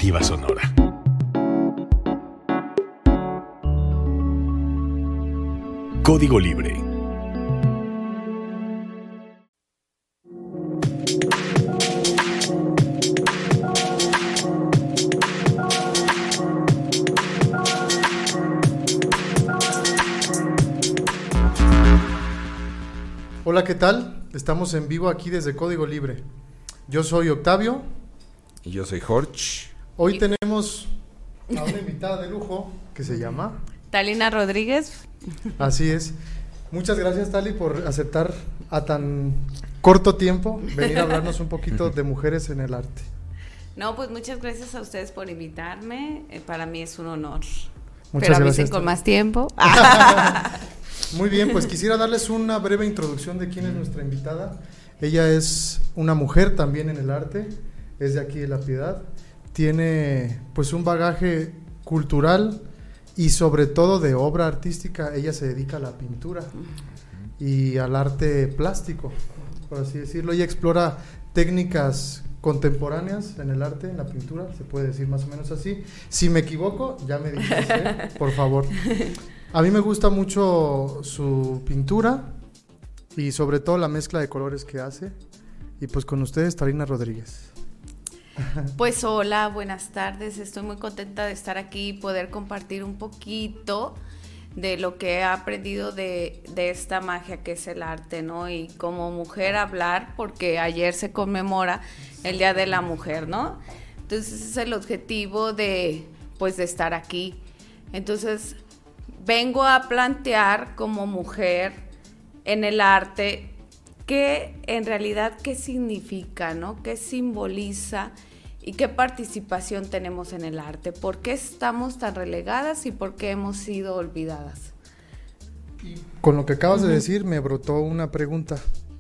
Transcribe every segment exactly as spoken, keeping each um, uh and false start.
Alternativa Sonora. Código Libre. Hola, ¿qué tal? Estamos en vivo aquí desde Código Libre. Yo soy Octavio. Y yo soy Jorge. Hoy tenemos a una invitada de lujo que se llama... Talina Rodríguez. Así es. Muchas gracias, Tali, por aceptar a tan corto tiempo venir a hablarnos un poquito de mujeres en el arte. No, pues muchas gracias a ustedes por invitarme. Eh, para mí es un honor. Muchas Pero avisen gracias, con Tali. más tiempo. Muy bien, pues quisiera darles una breve introducción de quién es nuestra invitada. Ella es una mujer también en el arte, es de aquí de La Piedad, tiene pues un bagaje cultural y sobre todo de obra artística. Ella se dedica a la pintura y al arte plástico, por así decirlo. Ella explora técnicas contemporáneas en el arte, en la pintura, se puede decir más o menos así. Si me equivoco, ya me dices, ¿eh? Por favor. A mí me gusta mucho su pintura y sobre todo la mezcla de colores que hace. Y pues con ustedes, Talina Rodríguez. Pues hola, buenas tardes. Estoy muy contenta de estar aquí y poder compartir un poquito de lo que he aprendido de, de esta magia que es el arte, ¿no? Y como mujer hablar, porque ayer se conmemora el Día de la Mujer, ¿no? Entonces ese es el objetivo de, pues, de estar aquí. Entonces vengo a plantear como mujer en el arte qué en realidad qué significa, ¿no? Qué simboliza y qué participación tenemos en el arte, por qué estamos tan relegadas y por qué hemos sido olvidadas. Con lo que acabas Uh-huh. de decir me brotó una pregunta.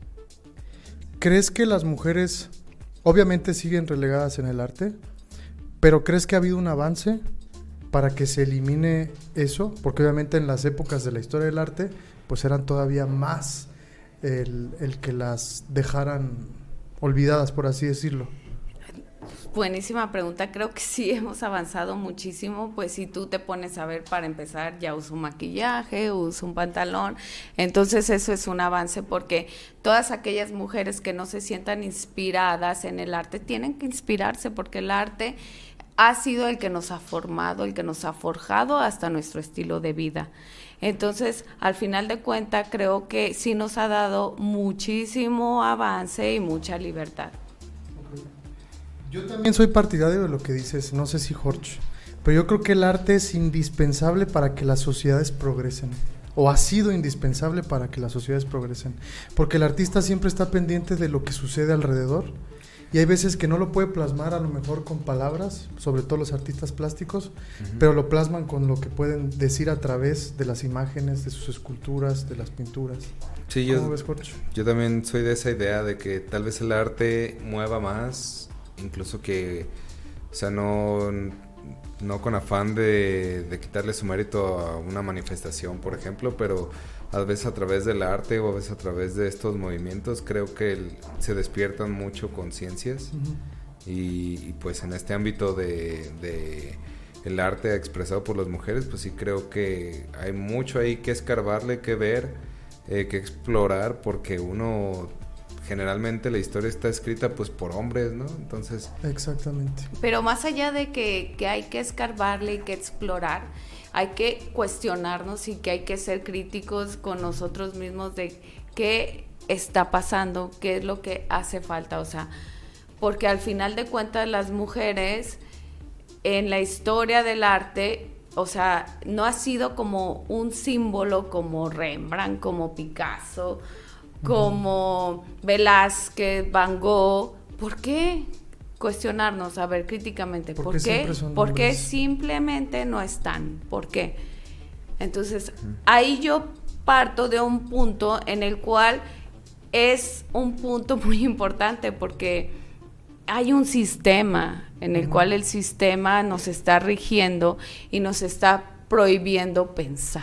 ¿Crees que las mujeres obviamente siguen relegadas en el arte, pero crees que ha habido un avance para que se elimine eso? Porque obviamente en las épocas de la historia del arte pues eran todavía más el, el que las dejaran olvidadas, por así decirlo. Buenísima pregunta, creo que sí hemos avanzado muchísimo. Pues si tú te pones a ver, para empezar, ya uso un maquillaje, uso un pantalón, entonces eso es un avance, porque todas aquellas mujeres que no se sientan inspiradas en el arte tienen que inspirarse, porque el arte ha sido el que nos ha formado, el que nos ha forjado hasta nuestro estilo de vida. Entonces, al final de cuentas, creo que sí nos ha dado muchísimo avance y mucha libertad. Yo también soy partidario de lo que dices, no sé si Jorge, pero yo creo que el arte es indispensable para que las sociedades progresen, o ha sido indispensable para que las sociedades progresen, porque el artista siempre está pendiente de lo que sucede alrededor, y hay veces que no lo puede plasmar a lo mejor con palabras, sobre todo los artistas plásticos, uh-huh. pero lo plasman con lo que pueden decir a través de las imágenes, de sus esculturas, de las pinturas. Sí, ¿Cómo yo, ves, Jorge? Yo también soy de esa idea de que tal vez el arte mueva más, incluso que, o sea, no, no con afán de, de quitarle su mérito a una manifestación, por ejemplo, pero a veces a través del arte o a veces a través de estos movimientos creo que el, se despiertan mucho conciencias. Uh-huh. y, y pues en este ámbito de, de el arte expresado por las mujeres, pues sí creo que hay mucho ahí que escarbarle, que ver, eh, que explorar, porque uno... generalmente la historia está escrita pues por hombres, ¿no? Entonces... Exactamente. Pero más allá de que, que hay que escarbarle y que explorar, hay que cuestionarnos y que hay que ser críticos con nosotros mismos de qué está pasando, qué es lo que hace falta, o sea, porque al final de cuentas las mujeres en la historia del arte, o sea, no ha sido como un símbolo como Rembrandt, como Picasso, como Velázquez, Van Gogh. ¿Por qué cuestionarnos? A ver, críticamente, ¿por, ¿por qué? ¿Por qué simplemente no están? ¿Por qué? Entonces, ahí yo parto de un punto en el cual es un punto muy importante, porque hay un sistema en el uh-huh. cual el sistema nos está rigiendo y nos está prohibiendo pensar.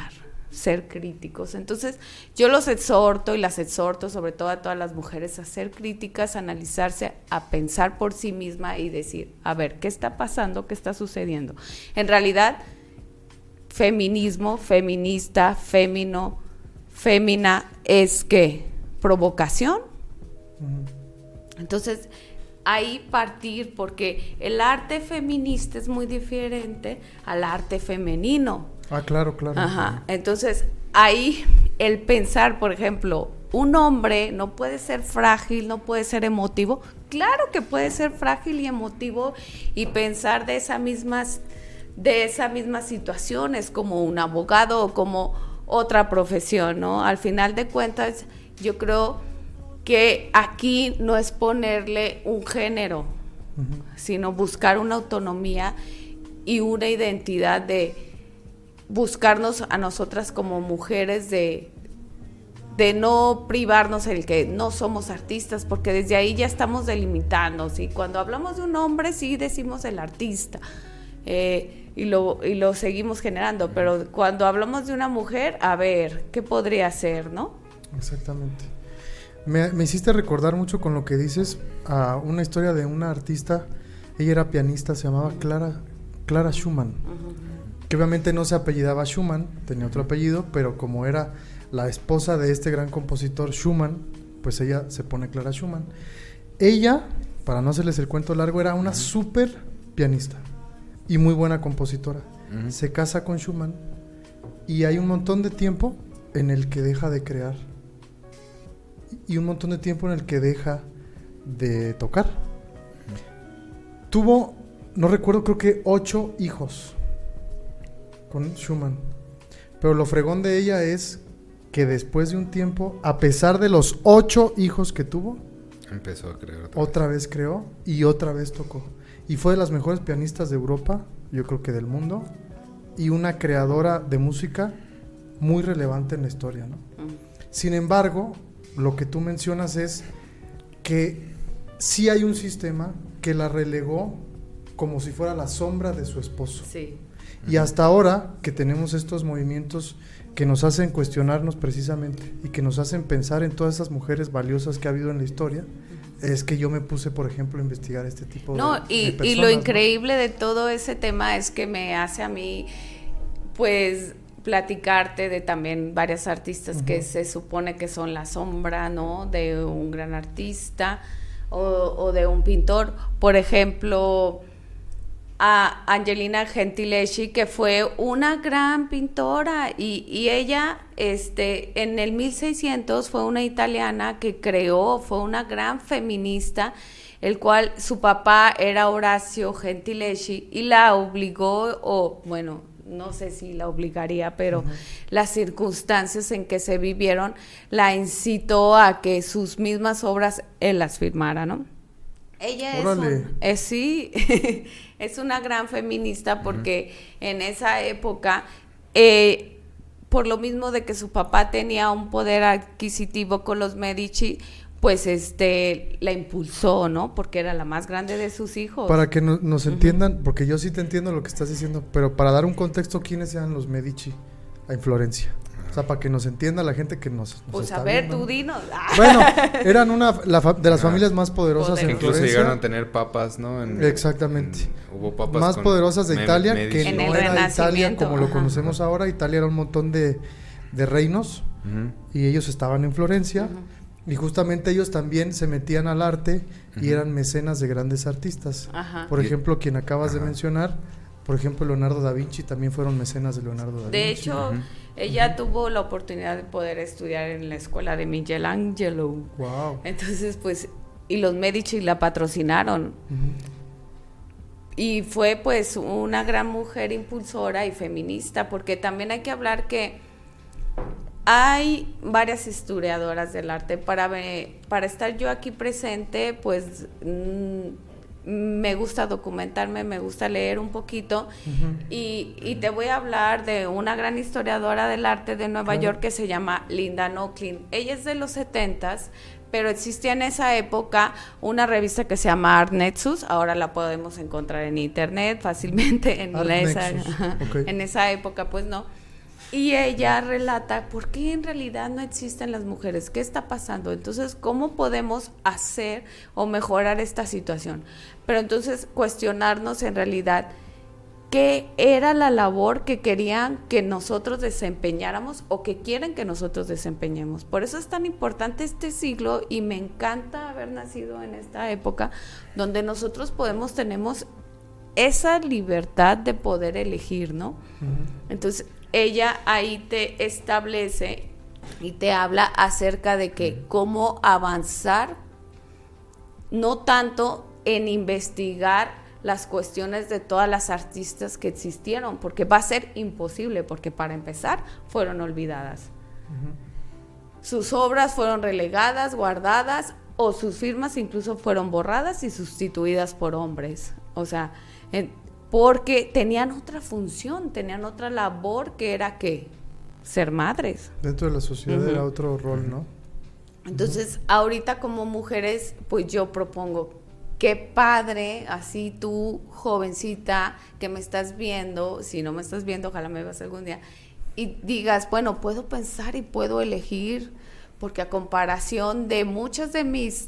ser críticos. Entonces, yo los exhorto y las exhorto, sobre todo a todas las mujeres, a ser críticas, a analizarse, a pensar por sí misma y decir, a ver, ¿qué está pasando? ¿Qué está sucediendo? En realidad, feminismo, feminista, fémino, fémina, es ¿qué? Provocación. Uh-huh. Entonces, ahí partir, porque el arte feminista es muy diferente al arte femenino. Ah, claro, claro. Ajá. Entonces, ahí el pensar, por ejemplo, un hombre no puede ser frágil, no puede ser emotivo. Claro que puede ser frágil y emotivo y pensar de esas mismas, de esas mismas situaciones como un abogado o como otra profesión, ¿no? Al final de cuentas, yo creo que aquí no es ponerle un género, uh-huh. sino buscar una autonomía y una identidad de buscarnos a nosotras como mujeres de, de no privarnos el que no somos artistas, porque desde ahí ya estamos delimitando, ¿sí? Cuando hablamos de un hombre sí decimos el artista eh, y, lo, y lo seguimos generando, pero cuando hablamos de una mujer, a ver, ¿qué podría ser, no? Exactamente. Me, me hiciste recordar mucho con lo que dices a una historia de una artista, ella era pianista, se llamaba Clara, Clara Schumann. Uh-huh. Que obviamente no se apellidaba Schumann, tenía otro apellido, pero como era la esposa de este gran compositor Schumann, pues ella se pone Clara Schumann. Ella, para no hacerles el cuento largo, era una uh-huh. súper pianista y muy buena compositora. Uh-huh. Se casa con Schumann y hay un montón de tiempo en el que deja de crear y un montón de tiempo en el que deja de tocar. Uh-huh. Tuvo, no recuerdo, creo que ocho hijos con Schumann, pero lo fregón de ella es que después de un tiempo, a pesar de los ocho hijos que tuvo, empezó a crear otra, otra vez. vez creó y otra vez tocó, y fue de las mejores pianistas de Europa, yo creo que del mundo, y una creadora de música muy relevante en la historia, ¿no? Mm. Sin embargo, lo que tú mencionas es que sí hay un sistema que la relegó como si fuera la sombra de su esposo. Sí. Y hasta ahora que tenemos estos movimientos que nos hacen cuestionarnos precisamente y que nos hacen pensar en todas esas mujeres valiosas que ha habido en la historia, es que yo me puse, por ejemplo, a investigar este tipo no, de, y, de personas. Y lo increíble, ¿no?, de todo ese tema es que me hace a mí, pues, platicarte de también varias artistas uh-huh. que se supone que son la sombra, ¿no?, de un gran artista o, o de un pintor. Por ejemplo, a Angelina Gentileschi, que fue una gran pintora y, y ella este, en el mil seiscientos fue una italiana que creó, fue una gran feminista, el cual su papá era Horacio Gentileschi y la obligó, o bueno, no sé si la obligaría, pero uh-huh. las circunstancias en que se vivieron la incitó a que sus mismas obras él las firmara, ¿no? Ella es, un, es sí, es una gran feminista porque uh-huh. en esa época, eh, por lo mismo de que su papá tenía un poder adquisitivo con los Medici, pues este la impulsó, ¿no? Porque era la más grande de sus hijos. Para que no, nos entiendan, uh-huh. porque yo sí te entiendo lo que estás diciendo, pero para dar un contexto, ¿quiénes eran los Medici en Florencia? O sea, para que nos entienda la gente que nos, nos pues está a ver, viendo. tú dinos. Bueno, eran una la fa- de las familias más poderosas Poder. en Incluso Florencia. llegaron a tener papas, ¿no? En, Exactamente. En, hubo papas más con poderosas de me- Italia, Medici. que en no el era Italia como Ajá. lo conocemos ahora. Italia era un montón de, de reinos uh-huh. y ellos estaban en Florencia uh-huh. y justamente ellos también se metían al arte uh-huh. y eran mecenas de grandes artistas. Ajá. Por ejemplo, quien acabas Ajá. de mencionar, por ejemplo, Leonardo da Vinci, también fueron mecenas de Leonardo da Vinci. De hecho, uh-huh. ella uh-huh. tuvo la oportunidad de poder estudiar en la escuela de Michelangelo. Wow. Entonces, pues, y los Medici la patrocinaron. Uh-huh. Y fue, pues, una gran mujer impulsora y feminista, porque también hay que hablar que hay varias historiadoras del arte. Para, para estar yo aquí presente, pues... Mmm, me gusta documentarme, me gusta leer un poquito uh-huh. y, y te voy a hablar de una gran historiadora del arte de Nueva claro. York que se llama Linda Nochlin. Ella es de los setentas, pero existía en esa época una revista que se llama Art Nexus. Ahora la podemos encontrar en internet fácilmente en, esa, okay. en esa época pues no. Y ella relata por qué en realidad no existen las mujeres, qué está pasando, entonces cómo podemos hacer o mejorar esta situación. Pero entonces cuestionarnos en realidad qué era la labor que querían que nosotros desempeñáramos o que quieren que nosotros desempeñemos. Por eso es tan importante este siglo y me encanta haber nacido en esta época donde nosotros podemos, tenemos esa libertad de poder elegir, ¿no? Uh-huh. Entonces ella ahí te establece y te habla acerca de que cómo avanzar, no tanto en investigar las cuestiones de todas las artistas que existieron, porque va a ser imposible, porque para empezar fueron olvidadas. Uh-huh. Sus obras fueron relegadas, guardadas, o sus firmas incluso fueron borradas y sustituidas por hombres. O sea, en, porque tenían otra función, tenían otra labor que era ¿qué? Ser madres. Dentro de la sociedad uh-huh. era otro rol, ¿no? Entonces, uh-huh. ahorita como mujeres, pues yo propongo, qué padre, así tú, jovencita, que me estás viendo, si no me estás viendo, ojalá me veas algún día, y digas, bueno, puedo pensar y puedo elegir, porque a comparación de muchas de mis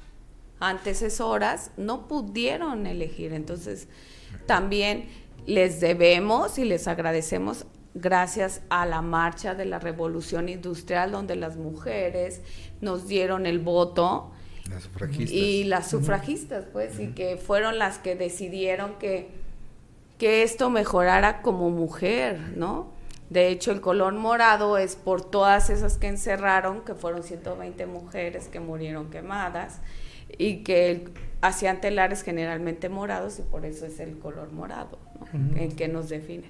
antecesoras, no pudieron elegir. Entonces, también les debemos y les agradecemos gracias a la marcha de la Revolución Industrial, donde las mujeres nos dieron el voto. Las sufragistas. Y las sufragistas, pues, uh-huh. y que fueron las que decidieron que, que esto mejorara como mujer, ¿no? De hecho, el color morado es por todas esas que encerraron, que fueron ciento veinte mujeres que murieron quemadas, y que el, hacían telares generalmente morados, y por eso es el color morado, ¿no? Uh-huh. El que nos define.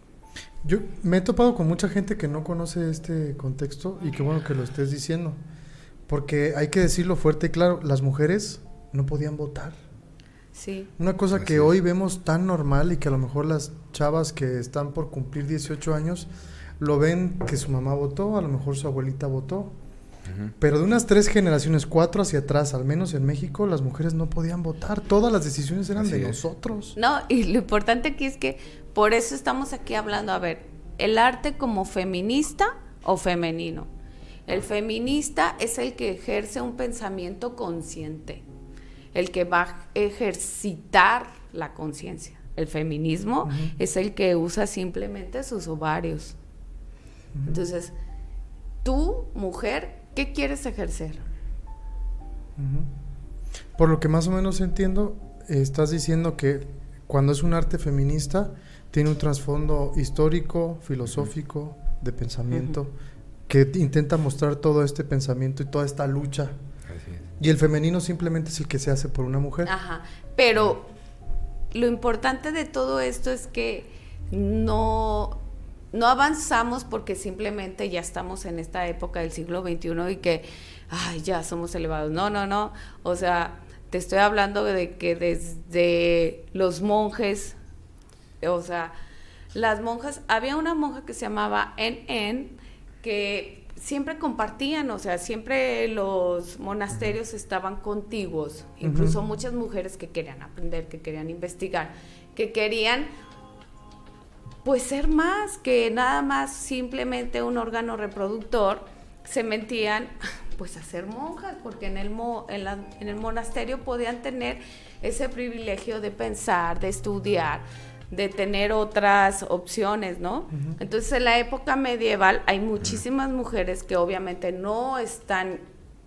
Yo me he topado con mucha gente que no conoce este contexto, y qué bueno que lo estés diciendo. Porque hay que decirlo fuerte y claro, las mujeres no podían votar. Sí. Una cosa Así que es. Hoy vemos tan normal y que a lo mejor las chavas que están por cumplir dieciocho años lo ven que su mamá votó, a lo mejor su abuelita votó. Uh-huh. Pero de unas tres generaciones, cuatro hacia atrás, al menos en México, las mujeres no podían votar. Todas las decisiones eran Así de es. nosotros. No, y lo importante aquí es que por eso estamos aquí hablando, a ver, el arte como feminista o femenino. El feminista es el que ejerce un pensamiento consciente, el que va a ejercitar la conciencia. El feminismo uh-huh. es el que usa simplemente sus ovarios. Uh-huh. Entonces, tú, mujer, ¿qué quieres ejercer? Uh-huh. Por lo que más o menos entiendo, eh, estás diciendo que cuando es un arte feminista, tiene un trasfondo histórico, filosófico, uh-huh. de pensamiento, uh-huh. que intenta mostrar todo este pensamiento y toda esta lucha. Así es. Y el femenino simplemente es el que se hace por una mujer. Ajá, pero lo importante de todo esto es que no, no avanzamos porque simplemente ya estamos en esta época del siglo veintiuno y que, ay, ya somos elevados. No, no, no, o sea, te estoy hablando de que desde los monjes, o sea, las monjas, había una monja que se llamaba En En, que siempre compartían, o sea, siempre los monasterios estaban contiguos, incluso uh-huh. muchas mujeres que querían aprender, que querían investigar, que querían pues ser más que nada más simplemente un órgano reproductor, se metían pues a ser monjas, porque en el, mo, en, la, en el monasterio podían tener ese privilegio de pensar, de estudiar, de tener otras opciones, ¿no? Uh-huh. Entonces, en la época medieval hay muchísimas mujeres que obviamente no están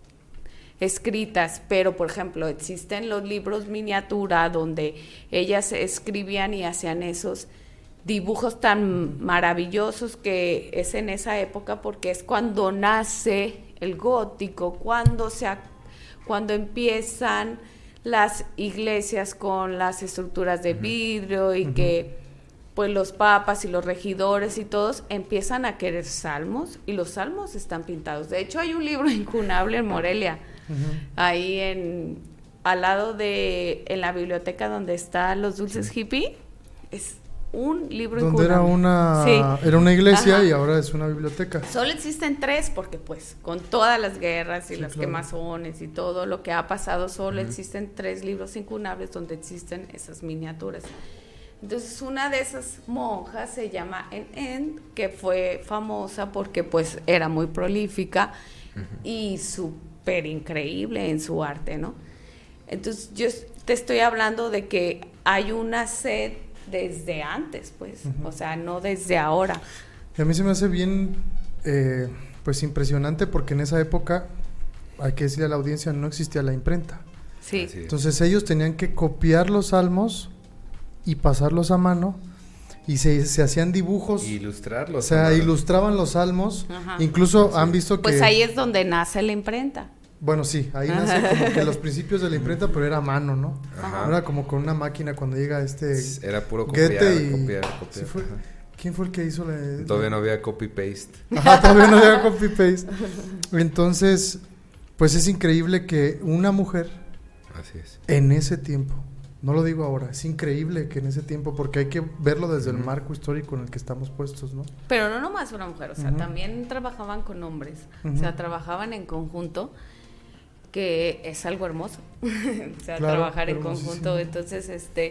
escritas, pero, por ejemplo, existen los libros miniatura donde ellas escribían y hacían esos dibujos tan maravillosos, que es en esa época porque es cuando nace el gótico, cuando, se, cuando empiezan las iglesias con las estructuras de vidrio y uh-huh. que pues los papas y los regidores y todos empiezan a querer salmos, y los salmos están pintados. De hecho, hay un libro incunable en Morelia, uh-huh. ahí en al lado de en la biblioteca donde están los dulces hippie, es un libro donde incunable. era una sí. era una iglesia. Ajá. Y ahora es una biblioteca. Solo existen tres porque pues con todas las guerras y sí, las claro. quemazones y todo lo que ha pasado, solo uh-huh. existen tres libros incunables donde existen esas miniaturas. Entonces una de esas monjas se llama En En, que fue famosa porque pues era muy prolífica uh-huh. y súper increíble en su arte, ¿no? Entonces yo te estoy hablando de que hay una sed desde antes, pues, uh-huh. o sea, no desde ahora. Y a mí se me hace bien, eh, pues impresionante porque en esa época, hay que decirle a la audiencia, no existía la imprenta. Sí. Entonces ellos tenían que copiar los salmos y pasarlos a mano y se, se hacían dibujos. Y ilustrarlos. O sea, ilustraban los salmos. Ajá. Incluso sí. han visto que... Pues ahí es donde nace la imprenta. Bueno, sí, ahí nace como que los principios de la imprenta, pero era a mano, ¿no? Ajá. No era como con una máquina cuando llega este... Era puro copiar, y... copiar, copiar. ¿Sí fue? ¿Quién fue el que hizo la...? Todavía no había copy-paste. Ajá, todavía no había copy-paste. Entonces, pues es increíble que una mujer... Así es. En ese tiempo, no lo digo ahora, es increíble que en ese tiempo, porque hay que verlo desde uh-huh. el marco histórico en el que estamos puestos, ¿no? Pero no nomás una mujer, o sea, uh-huh. también trabajaban con hombres, uh-huh. o sea, trabajaban en conjunto, que es algo hermoso, o sea, claro, trabajar en conjunto, entonces, este,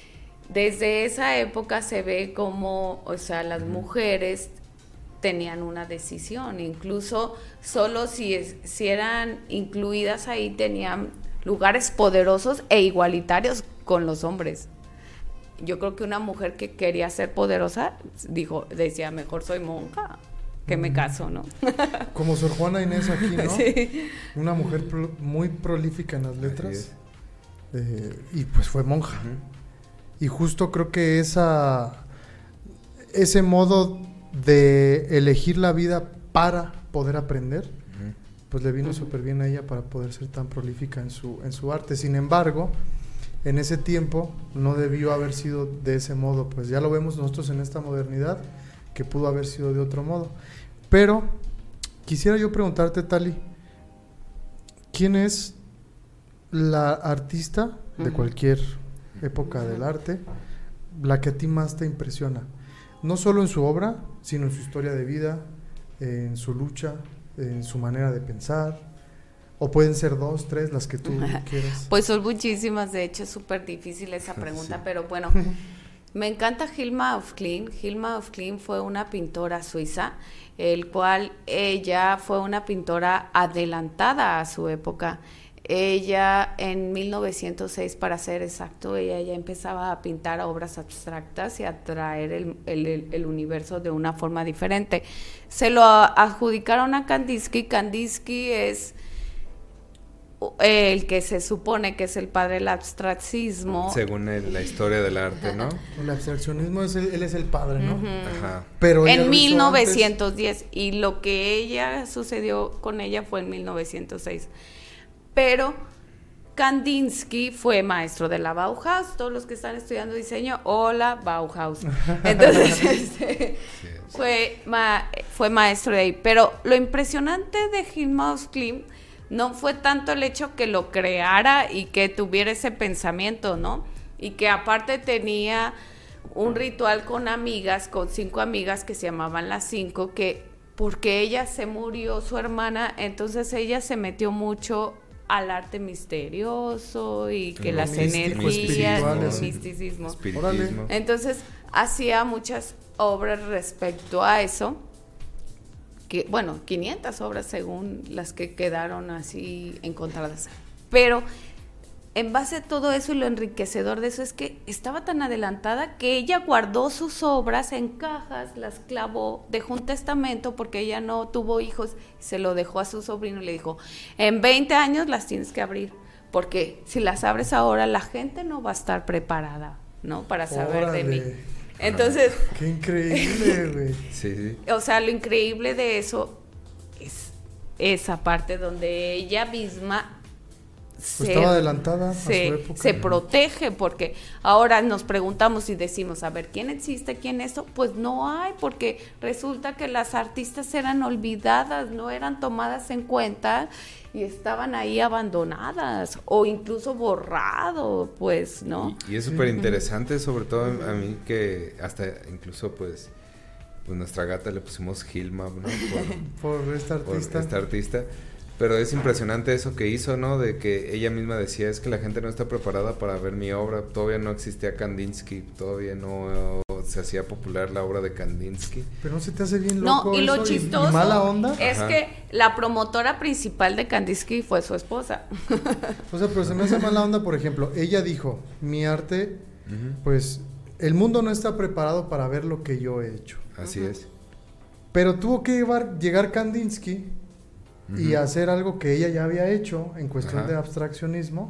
desde esa época se ve como, o sea, las uh-huh. mujeres tenían una decisión, incluso solo si, es, si eran incluidas ahí tenían lugares poderosos e igualitarios con los hombres. Yo creo que una mujer que quería ser poderosa dijo, decía, mejor soy monja que me caso, ¿no? Como Sor Juana Inés aquí, ¿no? Sí. Una mujer pro, muy prolífica en las letras eh, y pues fue monja. Uh-huh. Y justo creo que esa ese modo de elegir la vida para poder aprender, uh-huh. pues le vino uh-huh. súper bien a ella para poder ser tan prolífica en su, en su arte. Sin embargo, en ese tiempo no debió haber sido de ese modo, pues ya lo vemos nosotros en esta modernidad, que pudo haber sido de otro modo. Pero quisiera yo preguntarte, Tali, ¿quién es la artista uh-huh. de cualquier época uh-huh. del arte, la que a ti más te impresiona? No solo en su obra, sino en su historia de vida, en su lucha, en su manera de pensar, o pueden ser dos, tres, las que tú quieras. Pues son muchísimas, de hecho es súper difícil esa pregunta, sí. pero bueno, me encanta Hilma af Klint. Hilma af Klint fue una pintora suiza, el cual ella fue una pintora adelantada a su época. Ella en mil novecientos seis, para ser exacto, ella ya empezaba a pintar obras abstractas y a traer el, el, el universo de una forma diferente. Se lo adjudicaron a Kandinsky. Kandinsky es el que se supone que es el padre del abstraccionismo. Según el, la historia del arte, ¿no? El abstraccionismo, es el, él es el padre, ¿no? Uh-huh. Ajá. Pero en mil novecientos diez, antes. Y lo que ella sucedió con ella fue en mil novecientos seis. Pero Kandinsky fue maestro de la Bauhaus. Todos los que están estudiando diseño, hola Bauhaus. Entonces este, sí, sí. Fue, ma, fue maestro de ahí. Pero lo impresionante de Hilma af Klint no fue tanto el hecho que lo creara y que tuviera ese pensamiento, ¿no? Y que aparte tenía un ritual con amigas, con cinco amigas que se llamaban las cinco, que porque ella se murió, su hermana, entonces ella se metió mucho al arte misterioso y que lo las místico, energías, el misticismo. Espiritismo. Entonces hacía muchas obras respecto a eso. Que, bueno, quinientas obras según las que quedaron así encontradas. Pero en base a todo eso y lo enriquecedor de eso es que estaba tan adelantada que ella guardó sus obras en cajas, las clavó, dejó un testamento porque ella no tuvo hijos, se lo dejó a su sobrino y le dijo, en veinte años las tienes que abrir, porque si las abres ahora la gente no va a estar preparada, ¿no? Para saber Órale. de mí. Entonces, qué increíble, güey. Sí, sí. O sea, lo increíble de eso es esa parte donde ella misma pues se, estaba adelantada se, a su época. Se protege, porque ahora nos preguntamos y decimos, a ver, ¿quién existe? ¿Quién esto? Pues no hay, porque resulta que las artistas eran olvidadas, no eran tomadas en cuenta y estaban ahí abandonadas o incluso borrado, pues, ¿no? Y, y es súper interesante, sobre todo a mí, que hasta incluso pues pues nuestra gata le pusimos Hilma, ¿no? Por, por esta artista. Por esta artista. Pero es impresionante eso que hizo, ¿no? De que ella misma decía, es que la gente no está preparada para ver mi obra. Todavía no existía Kandinsky, todavía no se hacía popular la obra de Kandinsky. Pero no se te hace bien loco. No, y eso lo chistoso y, y mala onda. es Ajá. que la promotora principal de Kandinsky fue su esposa. O sea, pero se me hace mala onda, por ejemplo, ella dijo, mi arte, Uh-huh. pues, el mundo no está preparado para ver lo que yo he hecho. Así Ujú. es. Pero tuvo que llevar, llegar Kandinsky Uh-huh. y hacer algo que ella ya había hecho en cuestión Ajá. de abstraccionismo.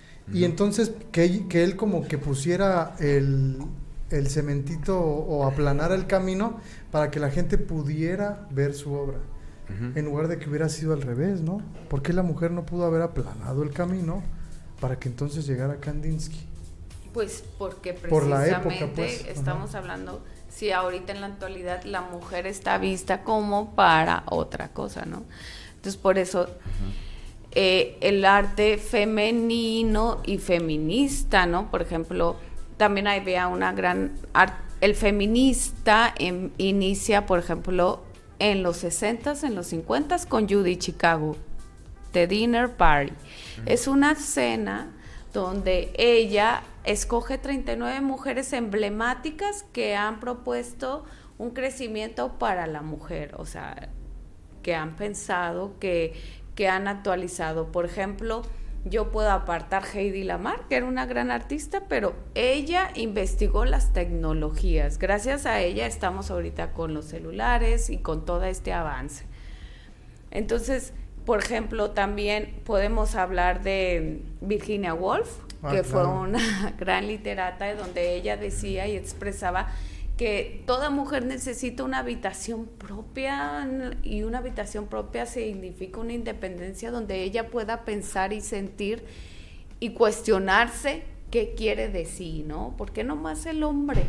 Y Ujú. entonces que, que él como que pusiera el, el cementito o, o aplanara el camino para que la gente pudiera ver su obra. Uh-huh. En lugar de que hubiera sido al revés, ¿no? ¿Por qué la mujer no pudo haber aplanado el camino para que entonces llegara Kandinsky? Pues porque Por la precisamente época, pues. estamos Ajá. hablando, si ahorita en la actualidad la mujer está vista como para otra cosa, ¿no? Entonces por eso uh-huh. eh, el arte femenino y feminista, ¿no? Por ejemplo, también había una gran art, el feminista en, inicia, por ejemplo, en los sesentas, en los cincuentas con Judy Chicago, The Dinner Party. Uh-huh. Es una cena donde ella escoge treinta y nueve mujeres emblemáticas que han propuesto un crecimiento para la mujer, o sea, que han pensado, que, que han actualizado. Por ejemplo, yo puedo apartar Heidi Lamar, que era una gran artista, pero ella investigó las tecnologías. Gracias a ella estamos ahorita con los celulares y con todo este avance. Entonces, por ejemplo, también podemos hablar de Virginia Woolf, ah, que claro. fue una gran literata, donde ella decía y expresaba que toda mujer necesita una habitación propia, y una habitación propia significa una independencia donde ella pueda pensar y sentir y cuestionarse qué quiere de sí, ¿no? ¿Por qué nomás el hombre?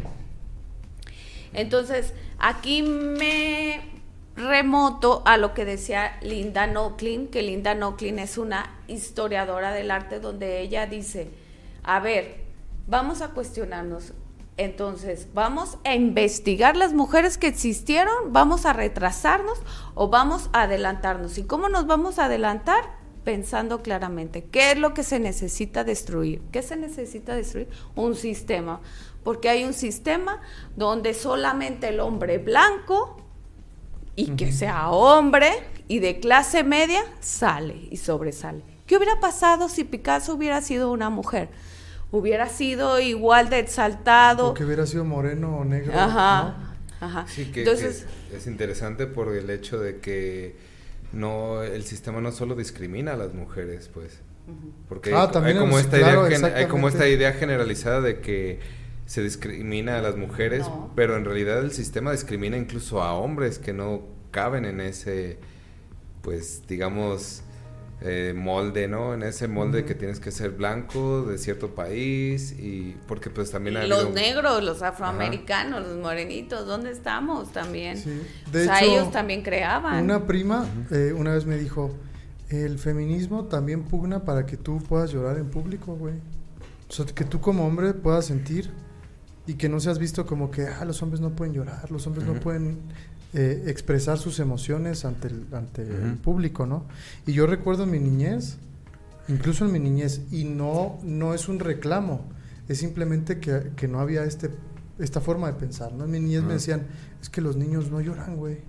Entonces, aquí me remoto a lo que decía Linda Nochlin, que Linda Nochlin es una historiadora del arte, donde ella dice, a ver, vamos a cuestionarnos. Entonces, ¿vamos a investigar las mujeres que existieron? ¿Vamos a retrasarnos o vamos a adelantarnos? ¿Y cómo nos vamos a adelantar? Pensando claramente, ¿qué es lo que se necesita destruir? ¿Qué se necesita destruir? Un sistema, porque hay un sistema donde solamente el hombre blanco y que sea hombre y de clase media sale y sobresale. ¿Qué hubiera pasado si Picasso hubiera sido una mujer? Hubiera sido igual de exaltado. O que hubiera sido moreno o negro. Ajá, ¿no? ajá. Sí, que, Entonces, que es interesante por el hecho de que no el sistema no solo discrimina a las mujeres, pues. Porque ah, hay, también hay, como el, esta claro, idea, hay como esta idea generalizada de que se discrimina a las mujeres, no. Pero en realidad el sistema discrimina incluso a hombres que no caben en ese, pues, digamos... Eh, molde, ¿no? En ese molde uh-huh. que tienes que ser blanco de cierto país y porque pues también hay los habido... negros, los afroamericanos, Ajá. los morenitos, ¿dónde estamos también? Sí. De o sea, hecho, ellos también creaban. Una prima uh-huh. eh, una vez me dijo, el feminismo también pugna para que tú puedas llorar en público, güey. O sea, que tú como hombre puedas sentir y que no seas visto como que, ah, los hombres no pueden llorar, los hombres uh-huh. no pueden... Eh, expresar sus emociones ante el, ante uh-huh. el público, ¿no? Y yo recuerdo en mi niñez, incluso en mi niñez, y no, no es un reclamo, es simplemente que, que no había este, esta forma de pensar, ¿no? En mi niñez uh-huh. me decían, es que los niños no lloran, güey.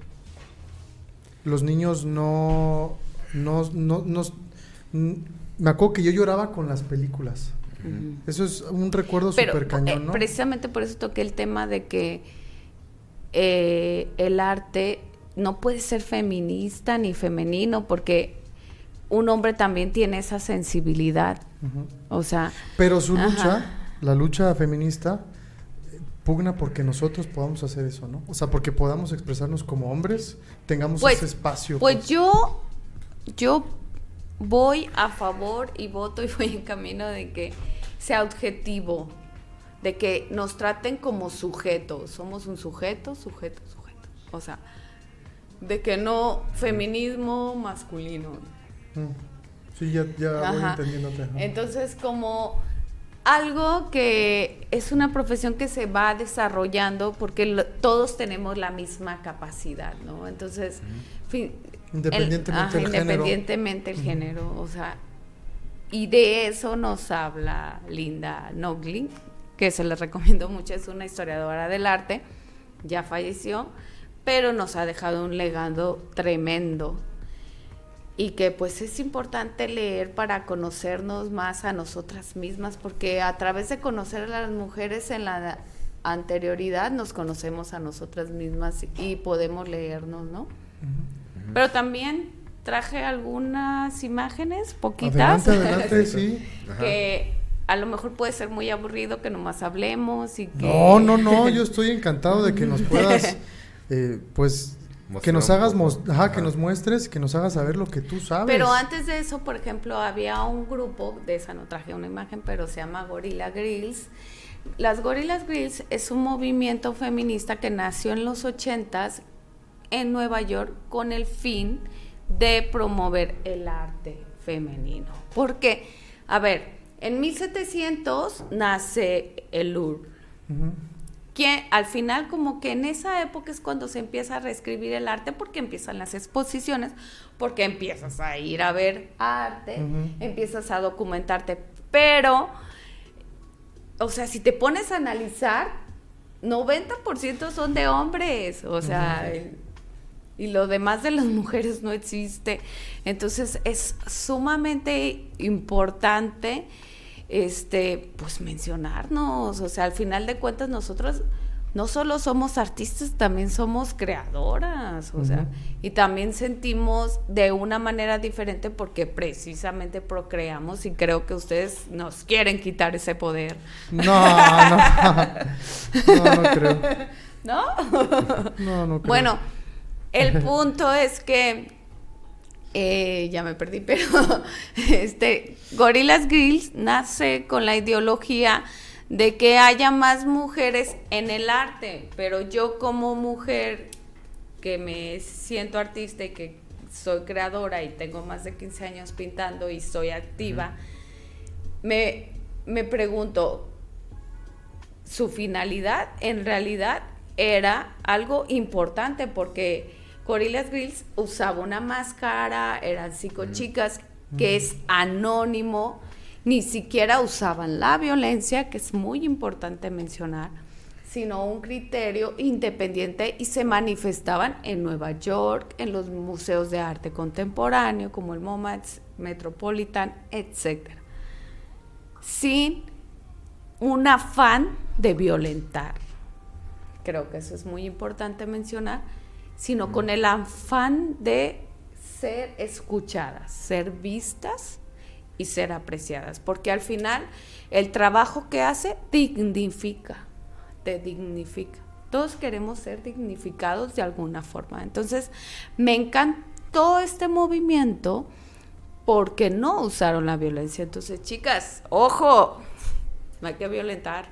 Los niños no, no, no, no, no me acuerdo que yo lloraba con las películas. Uh-huh. Eso es un recuerdo súper cañón, ¿no? Eh, precisamente por eso toqué el tema de que Eh, el arte no puede ser feminista ni femenino, porque un hombre también tiene esa sensibilidad, uh-huh. o sea... Pero su lucha, ajá. la lucha feminista, pugna porque nosotros podamos hacer eso, ¿no? O sea, porque podamos expresarnos como hombres, tengamos pues, ese espacio. Pues, pues yo, yo voy a favor y voto y voy en camino de que sea objetivo, de que nos traten como sujetos, somos un sujeto, sujeto, sujeto, o sea, de que no feminismo masculino. Sí, ya, ya voy entendiéndote. Ajá. Entonces, como algo que es una profesión que se va desarrollando porque lo, todos tenemos la misma capacidad, ¿no? Entonces, uh-huh. fin, Independientemente el, ajá, del género. Independientemente del género, o sea, y de eso nos habla Linda Nogli, que se les recomiendo mucho, es una historiadora del arte, ya falleció, pero nos ha dejado un legado tremendo y que pues es importante leer para conocernos más a nosotras mismas, porque a través de conocer a las mujeres en la anterioridad nos conocemos a nosotras mismas y podemos leernos, ¿no? Uh-huh. Pero también traje algunas imágenes, poquitas. Adelante, adelante, sí. Que a lo mejor puede ser muy aburrido que nomás hablemos y que... No, no, no, yo estoy encantado de que nos puedas, eh, pues, Mostrar que nos hagas, mos- ajá, ajá. que nos muestres, que nos hagas saber lo que tú sabes. Pero antes de eso, por ejemplo, había un grupo, de esa no traje una imagen, pero se llama Gorilla Grills. Las Gorilla Grills es un movimiento feminista que nació en los ochentas en Nueva York con el fin de promover el arte femenino. Porque, a ver, en mil setecientos nace el Louvre, uh-huh. que al final como que en esa época es cuando se empieza a reescribir el arte, porque empiezan las exposiciones, porque empiezas a ir a ver arte, uh-huh. empiezas a documentarte, pero, o sea, si te pones a analizar, noventa por ciento son de hombres, o sea... Uh-huh. Y lo demás de las mujeres no existe. Entonces es sumamente importante este pues mencionarnos. O sea, al final de cuentas nosotros no solo somos artistas, también somos creadoras. O uh-huh. sea, y también sentimos de una manera diferente porque precisamente procreamos, y creo que ustedes nos quieren quitar ese poder. No, no. No, no creo. ¿No? No, no creo. Bueno, el punto es que eh, ya me perdí, pero este Gorilla Grills nace con la ideología de que haya más mujeres en el arte, pero yo como mujer que me siento artista y que soy creadora y tengo más de quince años pintando y soy activa, uh-huh. me, me pregunto, su finalidad en realidad era algo importante, porque Gorilla Grills usaba una máscara, eran cinco mm. chicas, que mm. es anónimo, ni siquiera usaban la violencia, que es muy importante mencionar, sino un criterio independiente, y se manifestaban en Nueva York, en los museos de arte contemporáneo, como el MoMA, Metropolitan, etcétera, sin un afán de violentar. Creo que eso es muy importante mencionar, sino mm. con el afán de ser escuchadas, ser vistas y ser apreciadas, porque al final el trabajo que hace dignifica, te dignifica. Todos queremos ser dignificados de alguna forma. Entonces, me encantó este movimiento porque no usaron la violencia. Entonces, chicas, ojo, no hay que violentar.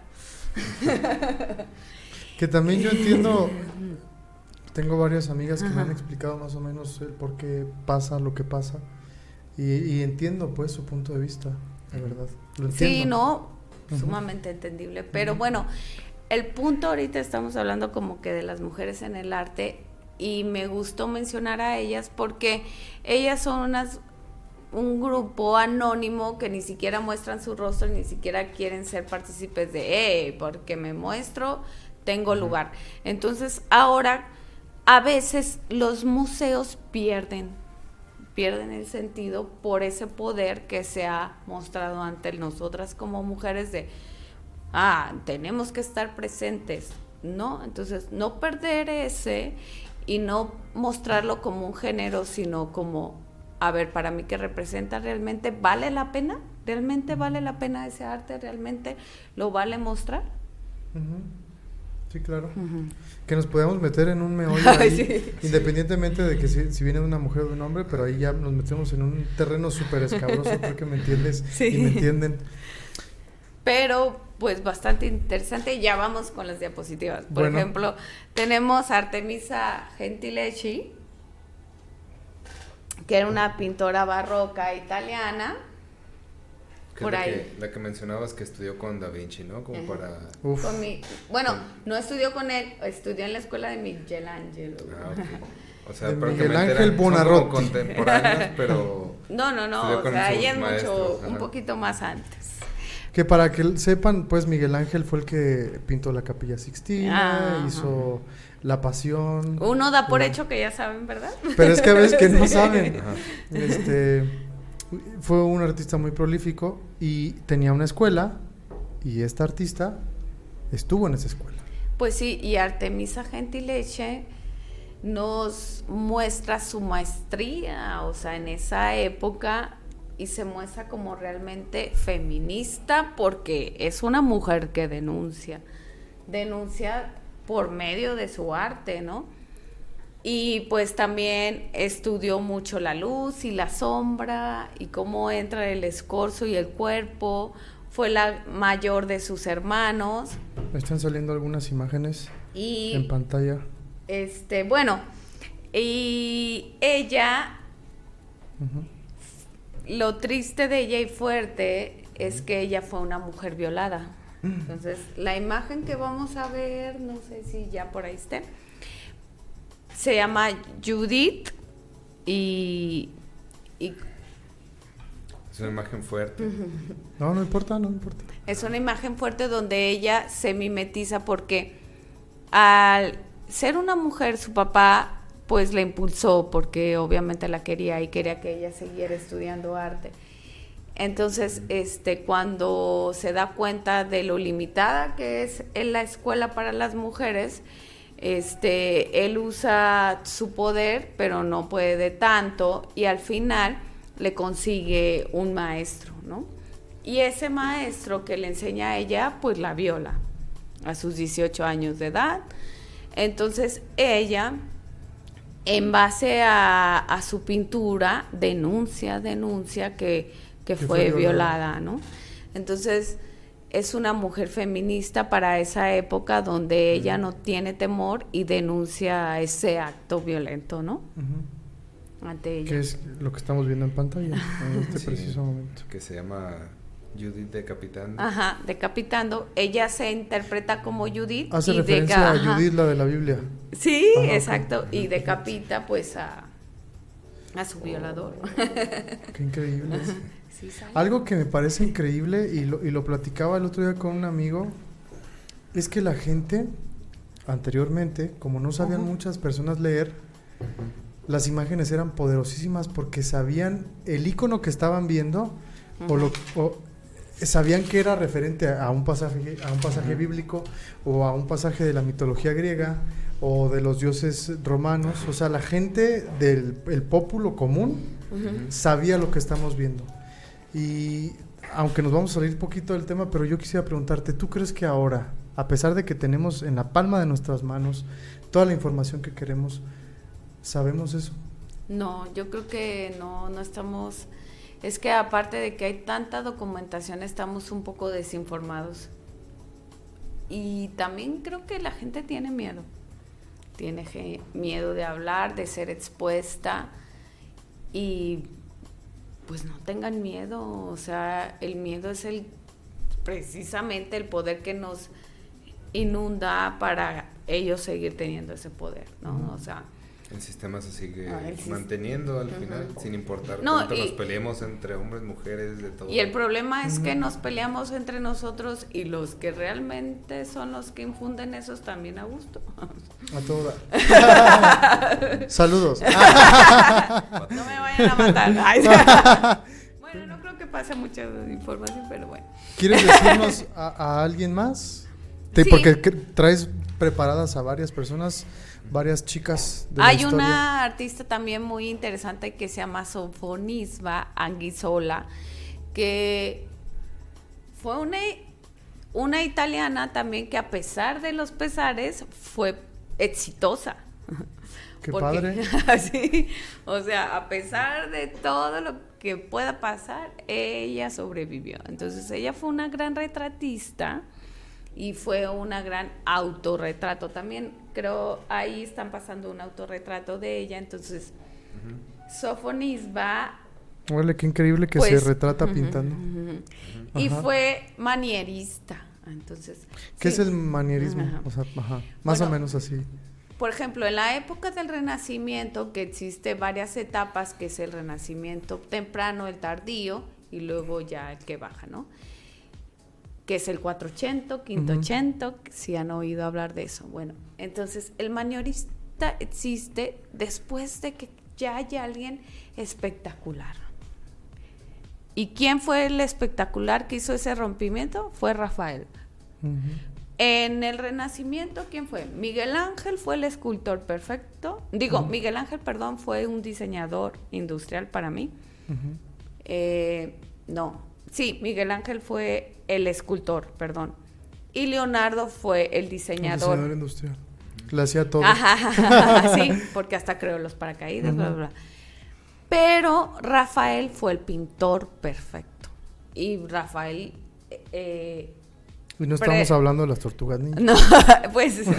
Que también yo entiendo, tengo varias amigas que Ajá. me han explicado más o menos el por qué pasa lo que pasa, y, y entiendo pues su punto de vista, de verdad. Lo entiendo. Sí, no, uh-huh. sumamente entendible, pero uh-huh. bueno, el punto ahorita estamos hablando como que de las mujeres en el arte, y me gustó mencionar a ellas porque ellas son unas un grupo anónimo que ni siquiera muestran su rostro, ni siquiera quieren ser partícipes de, eh, porque me muestro, tengo uh-huh. lugar. Entonces, ahora, a veces los museos pierden, pierden el sentido por ese poder que se ha mostrado ante nosotras como mujeres de, ah, tenemos que estar presentes, ¿no? Entonces, no perder ese y no mostrarlo como un género, sino como, a ver, para mí, ¿qué representa realmente? ¿Vale la pena? ¿Realmente vale la pena ese arte? ¿Realmente lo vale mostrar? Uh-huh. Sí, claro. Uh-huh. Que nos podemos meter en un meollo ahí, sí, independientemente sí. de que si, si viene de una mujer o de un hombre, pero ahí ya nos metemos en un terreno súper escabroso, creo que me entiendes sí. y me entienden. Pero, pues, bastante interesante. Ya vamos con las diapositivas. Por bueno. ejemplo, tenemos a Artemisa Gentileschi, que era una pintora barroca italiana. Que por la ahí. Que, la que mencionabas que estudió con Da Vinci, ¿no? Como uh-huh. para... Con mi, bueno, no estudió con él, estudió en la escuela de Michelangelo. Ah, okay. O sea, de prácticamente Miguel Ángel eran- son como Buonarroti. contemporáneos, pero... No, no, no, estudió o con sea, sus ella es mucho, maestros, un ajá. poquito más antes. Que para que sepan, pues Miguel Ángel fue el que pintó la Capilla Sixtina, Ajá. hizo La Pasión. Uno da por la- hecho que ya saben, ¿verdad? Pero es que a veces que no Sí. saben. Ajá. Este fue un artista muy prolífico y tenía una escuela y esta artista estuvo en esa escuela. Pues sí, y Artemisa Gentileche nos muestra su maestría, o sea, en esa época, y se muestra como realmente feminista porque es una mujer que denuncia, denuncia por medio de su arte, ¿no? Y pues también estudió mucho la luz y la sombra y cómo entra el escorzo y el cuerpo. Fue la mayor de sus hermanos Están saliendo algunas imágenes y en pantalla. este, bueno, y ella, Ujú. lo triste de ella y fuerte es que ella fue una mujer violada. Entonces, la imagen que vamos a ver, no sé si ya por ahí esté, se llama Judith y, y Es una imagen fuerte. No, no importa, no importa. es una imagen fuerte donde ella se mimetiza porque al ser una mujer, su papá pues la impulsó porque obviamente la quería y quería que ella siguiera estudiando arte. Entonces, este, cuando se da cuenta de lo limitada que es en la escuela para las mujeres, este, él usa su poder, pero no puede tanto, y al final le consigue un maestro, ¿no? Y ese maestro que le enseña a ella, pues la viola a sus dieciocho años de edad. Entonces ella, en base a, a su pintura, denuncia, denuncia que, que, Que fue, fue violada. violada, ¿no? Entonces es una mujer feminista para esa época donde ella no tiene temor y denuncia ese acto violento, ¿no? Ujú. Ante ella. Que es lo que estamos viendo en pantalla en este Sí, preciso momento. que se llama Judith decapitando. Ajá, decapitando. Ella se interpreta como Judith. Hace y referencia deca- a ajá. Judith, la de la Biblia. Sí, Ajá, ok. exacto. Y decapita pues a, a su violador. Qué increíble. Sí, sale. Algo que me parece increíble y lo, y lo platicaba el otro día con un amigo es que la gente anteriormente, como no sabían Ujú. muchas personas leer, las imágenes eran poderosísimas porque sabían el icono que estaban viendo o lo o sabían que era referente a, a un pasaje a un pasaje bíblico o a un pasaje de la mitología griega o de los dioses romanos, o sea, la gente del el pópulo común Ujú. sabía lo que estamos viendo. Y aunque nos vamos a salir poquito del tema, pero yo quisiera preguntarte, ¿tú crees que ahora, a pesar de que tenemos en la palma de nuestras manos toda la información que queremos, sabemos eso? No, yo creo que no, no estamos. Es que aparte de que hay tanta documentación, estamos un poco desinformados. Y también creo que la gente tiene miedo. Tiene ge- miedo de hablar, de ser expuesta. Y pues no tengan miedo. O sea, el miedo es el precisamente el poder que nos inunda para ellos seguir teniendo ese poder, ¿no? Ujú. O sea, El sistema se sigue Ah, el sis- manteniendo al Ujú. final, sin importar No, cuánto y- nos peleemos entre hombres, mujeres, de todo. y el problema es que Ujú. nos peleamos entre nosotros y los que realmente son los que infunden esos también a gusto. A todo dar. Saludos. No me vayan a matar. Ay, bueno, no creo que pase mucha información, pero bueno. ¿Quieres decirnos a, a alguien más? Te- Sí. Porque cre- traes preparadas a varias personas, varias chicas de la Hay historia. una artista también muy interesante que se llama Sofonisba Anguissola, que fue una, una italiana también que a pesar de los pesares fue exitosa. Qué Porque- padre. sí, o sea, a pesar de todo lo que pueda pasar, ella sobrevivió. Entonces ella fue una gran retratista y fue una gran autorretrato. También creo ahí están pasando un autorretrato de ella. Entonces Sofonisba Órale, qué increíble que pues, se retrata ujú, pintando. ujú. Y Ajá. fue manierista. Entonces, ¿Qué sí. es el manierismo? Ajá. O sea, ajá, más Bueno, o menos así. por ejemplo, en la época del Renacimiento, que existe varias etapas, que es el Renacimiento temprano, el tardío, y luego ya el que baja, ¿no? Que es el cuatrocientos, quinientos, uh-huh. Si han oído hablar de eso. Bueno, entonces el manierista existe después de que ya haya alguien espectacular. ¿Y quién fue el espectacular que hizo ese rompimiento? Fue Rafael. Uh-huh. En el Renacimiento, ¿quién fue? Miguel Ángel fue el escultor perfecto. Digo, uh-huh. Miguel Ángel, perdón, fue un diseñador industrial para mí. Uh-huh. Eh, no, sí, Miguel Ángel fue el escultor, perdón. Y Leonardo fue el diseñador. El diseñador industrial. Le hacía todo. Ajá, sí, porque hasta creó los paracaídas, uh-huh. bla, bla, bla. Pero Rafael fue el pintor perfecto. Y Rafael... Eh, y no estamos Pre- hablando de las tortugas ninja. No, pues... Sí,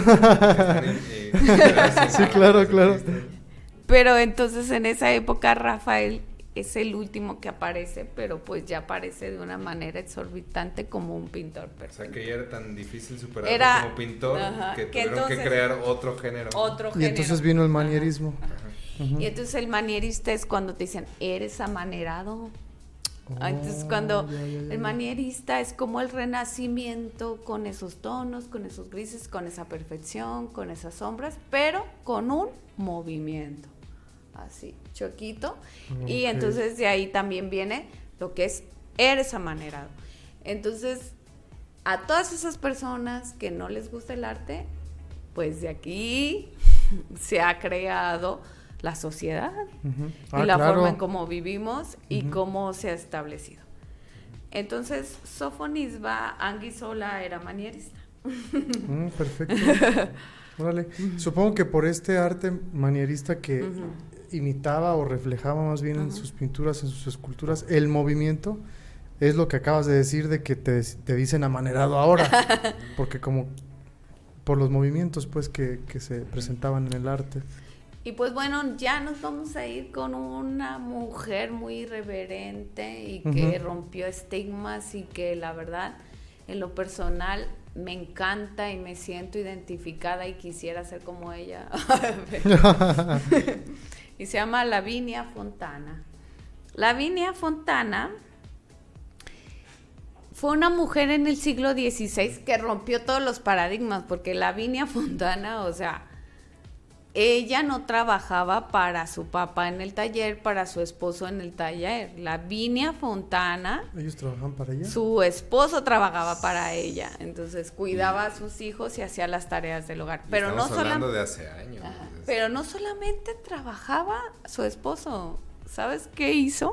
claro, claro. Pero entonces en esa época Rafael es el último que aparece, pero pues ya aparece de una manera exorbitante como un pintor perfecto. O sea, que ya era tan difícil superarlo era, como pintor, ajá, que, que tuvieron entonces, que crear otro género. Otro género. Y entonces vino el manierismo. Ajá, ajá. Uh-huh. Y entonces el manierista es cuando te dicen, eres amanerado. Oh, entonces cuando ya, ya, ya, el manierista es como el Renacimiento, con esos tonos, con esos grises, con esa perfección, con esas sombras, pero con un movimiento. Así, choquito. Okay. Y entonces de ahí también viene lo que es eres amanerado. Entonces, a todas esas personas que no les gusta el arte, pues de aquí se ha creado la sociedad uh-huh. ah, y la claro. forma en cómo vivimos y uh-huh. cómo se ha establecido. Entonces, Sofonisba Anguissola era manierista. Mm, perfecto. Órale. Uh-huh. Supongo que por este arte manierista que uh-huh. imitaba o reflejaba más bien uh-huh. en sus pinturas, en sus esculturas, el movimiento es lo que acabas de decir de que te, te dicen amanerado ahora, porque como por los movimientos pues que, que se presentaban en el arte. Y pues bueno, ya nos vamos a ir con una mujer muy irreverente y que uh-huh. rompió estigmas y que la verdad, en lo personal, me encanta y me siento identificada y quisiera ser como ella. Y se llama Lavinia Fontana. Lavinia Fontana fue una mujer en el siglo dieciséis que rompió todos los paradigmas, porque Lavinia Fontana, o sea, ella no trabajaba para su papá en el taller, para su esposo en el taller. Lavinia Fontana... ¿Ellos trabajaban para ella? Su esposo trabajaba para ella, entonces cuidaba a sus hijos y hacía las tareas del hogar. Y pero no hablando solam- de hace años. Ajá, pero no solamente trabajaba su esposo, ¿sabes qué hizo?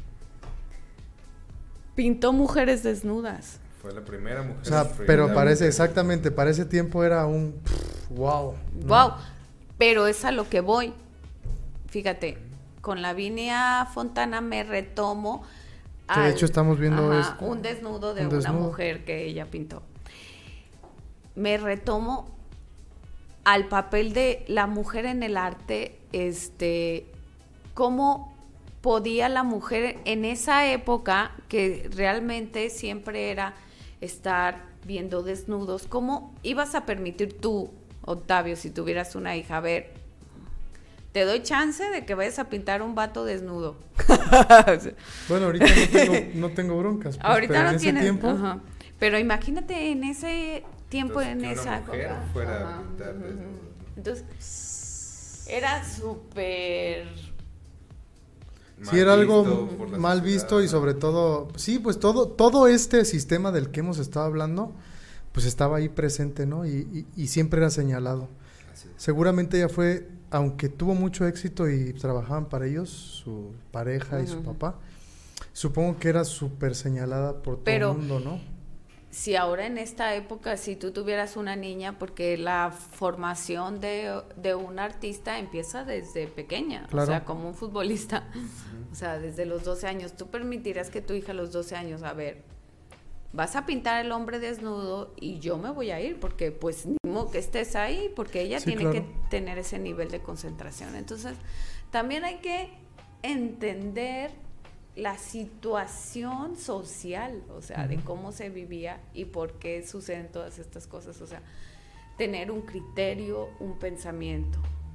Pintó mujeres desnudas. Fue la primera mujer. O sea, pero parece, exactamente, para ese tiempo era un... Pff, wow. ¿no? Wow. Pero es a lo que voy. Fíjate, con Lavinia Fontana me retomo que al, de hecho estamos viendo ajá, esto, un desnudo de un una desnudo. mujer que ella pintó. Me retomo al papel de la mujer en el arte, este, cómo podía la mujer en esa época, que realmente siempre era estar viendo desnudos, cómo ibas a permitir tú, Octavio, si tuvieras una hija, a ver, te doy chance de que vayas a pintar un vato desnudo. Bueno, ahorita no tengo, no tengo broncas. Pues, ahorita pero no en tienes, ese tiempo... ajá. Pero imagínate en ese tiempo, Entonces, en que esa una mujer época. fuera Ajá, a pintar uh-huh. desnudo. Entonces, era súper... Sí, era algo mal sociedad, visto y sobre todo, sí, pues todo todo este sistema del que hemos estado hablando, pues estaba ahí presente, ¿no? Y, y, y siempre era señalado. Así es. Seguramente ella fue, aunque tuvo mucho éxito y trabajaban para ellos, su pareja uh-huh. y su papá, supongo que era súper señalada por todo Pero, el mundo, ¿no? Si ahora en esta época, si tú tuvieras una niña, porque la formación de, de un artista empieza desde pequeña, claro. O sea, como un futbolista, uh-huh. O sea, desde los doce años, tú permitirás que tu hija a los doce años, a ver, vas a pintar el hombre desnudo y yo me voy a ir, porque pues ni modo que estés ahí, porque ella sí, tiene claro. que tener ese nivel de concentración. Entonces, también hay que entender la situación social, o sea, uh-huh. de cómo se vivía y por qué suceden todas estas cosas, o sea, tener un criterio, un pensamiento.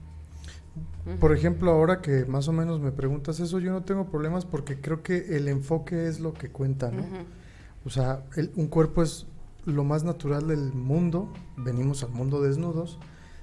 Por ejemplo, ahora que más o menos me preguntas eso, yo no tengo problemas porque creo que el enfoque es lo que cuenta, ¿no? Uh-huh. O sea, el, un cuerpo es lo más natural del mundo, venimos al mundo desnudos,